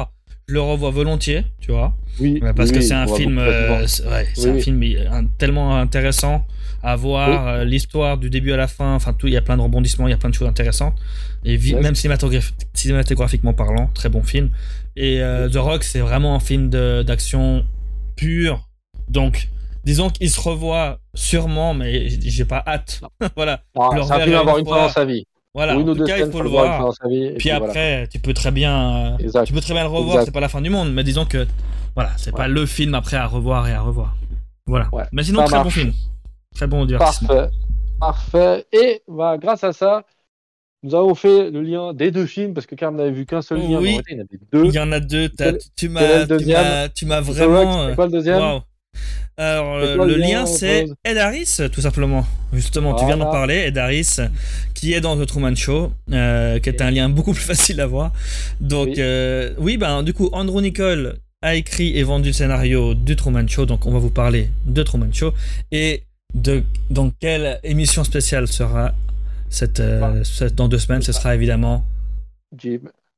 je le revois volontiers, tu vois. Oui, Ouais, parce oui, que oui, c'est un on va film, beaucoup facilement. euh, c'est ouais, c'est Oui, un oui. film euh, tellement intéressant à voir, Oui. euh, l'histoire du début à la fin, enfin tout, il y a plein de rebondissements, il y a plein de choses intéressantes, et vi- Yes. même cinématograph- cinématographiquement parlant, très bon film. Et euh, The Rock, c'est vraiment un film de- d'action pur, donc disons qu'il se revoit sûrement, mais j- j'ai pas hâte. Voilà, je Ah, le c'est un film à reverrai une voir une fois dans fois. sa vie. Pour Voilà, en une ou tout deux cas, il semaines, faut faut le le voir une fois voir. dans sa vie, et Puis puis voilà. après, tu peux très bien, euh, Exact. tu peux très bien le revoir. Exact. C'est pas la fin du monde, mais disons que voilà, c'est Ouais. pas le film après à revoir et à revoir. Voilà. Ouais, Mais sinon, ça très bon marche. film, très bon divertissement. Parfait. Parfait. Et bah, grâce à ça, nous avons fait le lien des deux films, parce que Karim n'avait vu qu'un seul lien, mais en Oui, réalité, il y en avait il deux. y en a deux. t'as- Quel, Tu quel est le m'as, tu deuxième? m'as, tu m'as The Rock, vraiment. c'est euh, quoi le deuxième? Waouh. Alors, C'est euh, quoi le le lien, lien, c'est Rose? Ed Harris, tout simplement. Justement, tu viens d'en Voilà. parler, Ed Harris, qui est dans The Truman Show, euh, qui est un lien beaucoup plus facile à voir. Donc, Oui. euh, oui, ben, du coup, Andrew Niccol a écrit et vendu le scénario du Truman Show, donc on va vous parler de Truman Show. Et de dans quelle émission spéciale sera cette, euh, Bah, cette- dans deux semaines, ce sera évidemment Jim.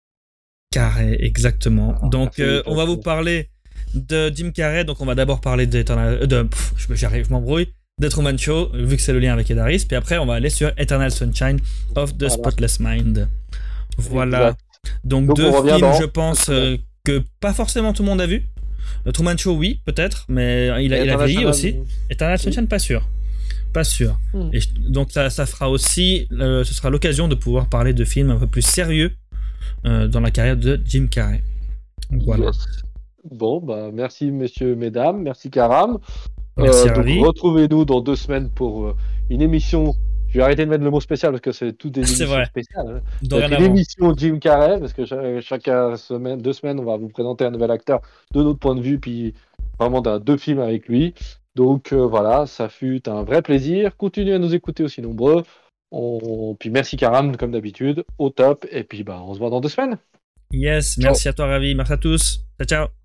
Carrey, exactement. Ah, Donc, merci, euh, je on va vous reconnais. parler de Jim Carrey. Donc, on va d'abord parler d'Eternal, euh, de, pff, je me- j'arrive, je m'embrouille, de Truman Show, vu que c'est le lien avec Ed Harris. Puis après, on va aller sur Eternal Sunshine of the Voilà. Spotless Mind. Voilà. Exact. Donc, Donc, deux on revient films, dans je pense, deux semaines. euh, que pas forcément tout le monde a vu. Le Truman Show, oui, peut-être, mais il a, il a vieilli International- aussi. Eternal Oui. Sunshine, pas sûr. Pas sûr. Hmm. Et je- donc, ça, ça fera aussi, euh, ce sera l'occasion de pouvoir parler de films un peu plus sérieux euh, dans la carrière de Jim Carrey. Voilà. Yes. Bon, bah, merci, messieurs, mesdames. Merci, Karam. Merci, Euh, donc, Ravi. retrouvez-nous dans deux semaines pour euh, une émission. Je vais arrêter de mettre le mot spécial parce que c'est toutes des C'est émissions vrai. spéciales. hein. Ça va être une Dorénavant. émission Jim Carrey parce que chaque, chaque euh, semaine, deux semaines, on va vous présenter un nouvel acteur de notre point de vue, puis vraiment d'un deux films avec lui. Donc euh, voilà, ça fut un vrai plaisir. Continuez à nous écouter aussi nombreux. On... Puis merci Karam, comme d'habitude, au top. Et puis bah, on se voit dans deux semaines. Yes, Ciao. merci à toi, Ravi. Merci à tous. Ciao, ciao.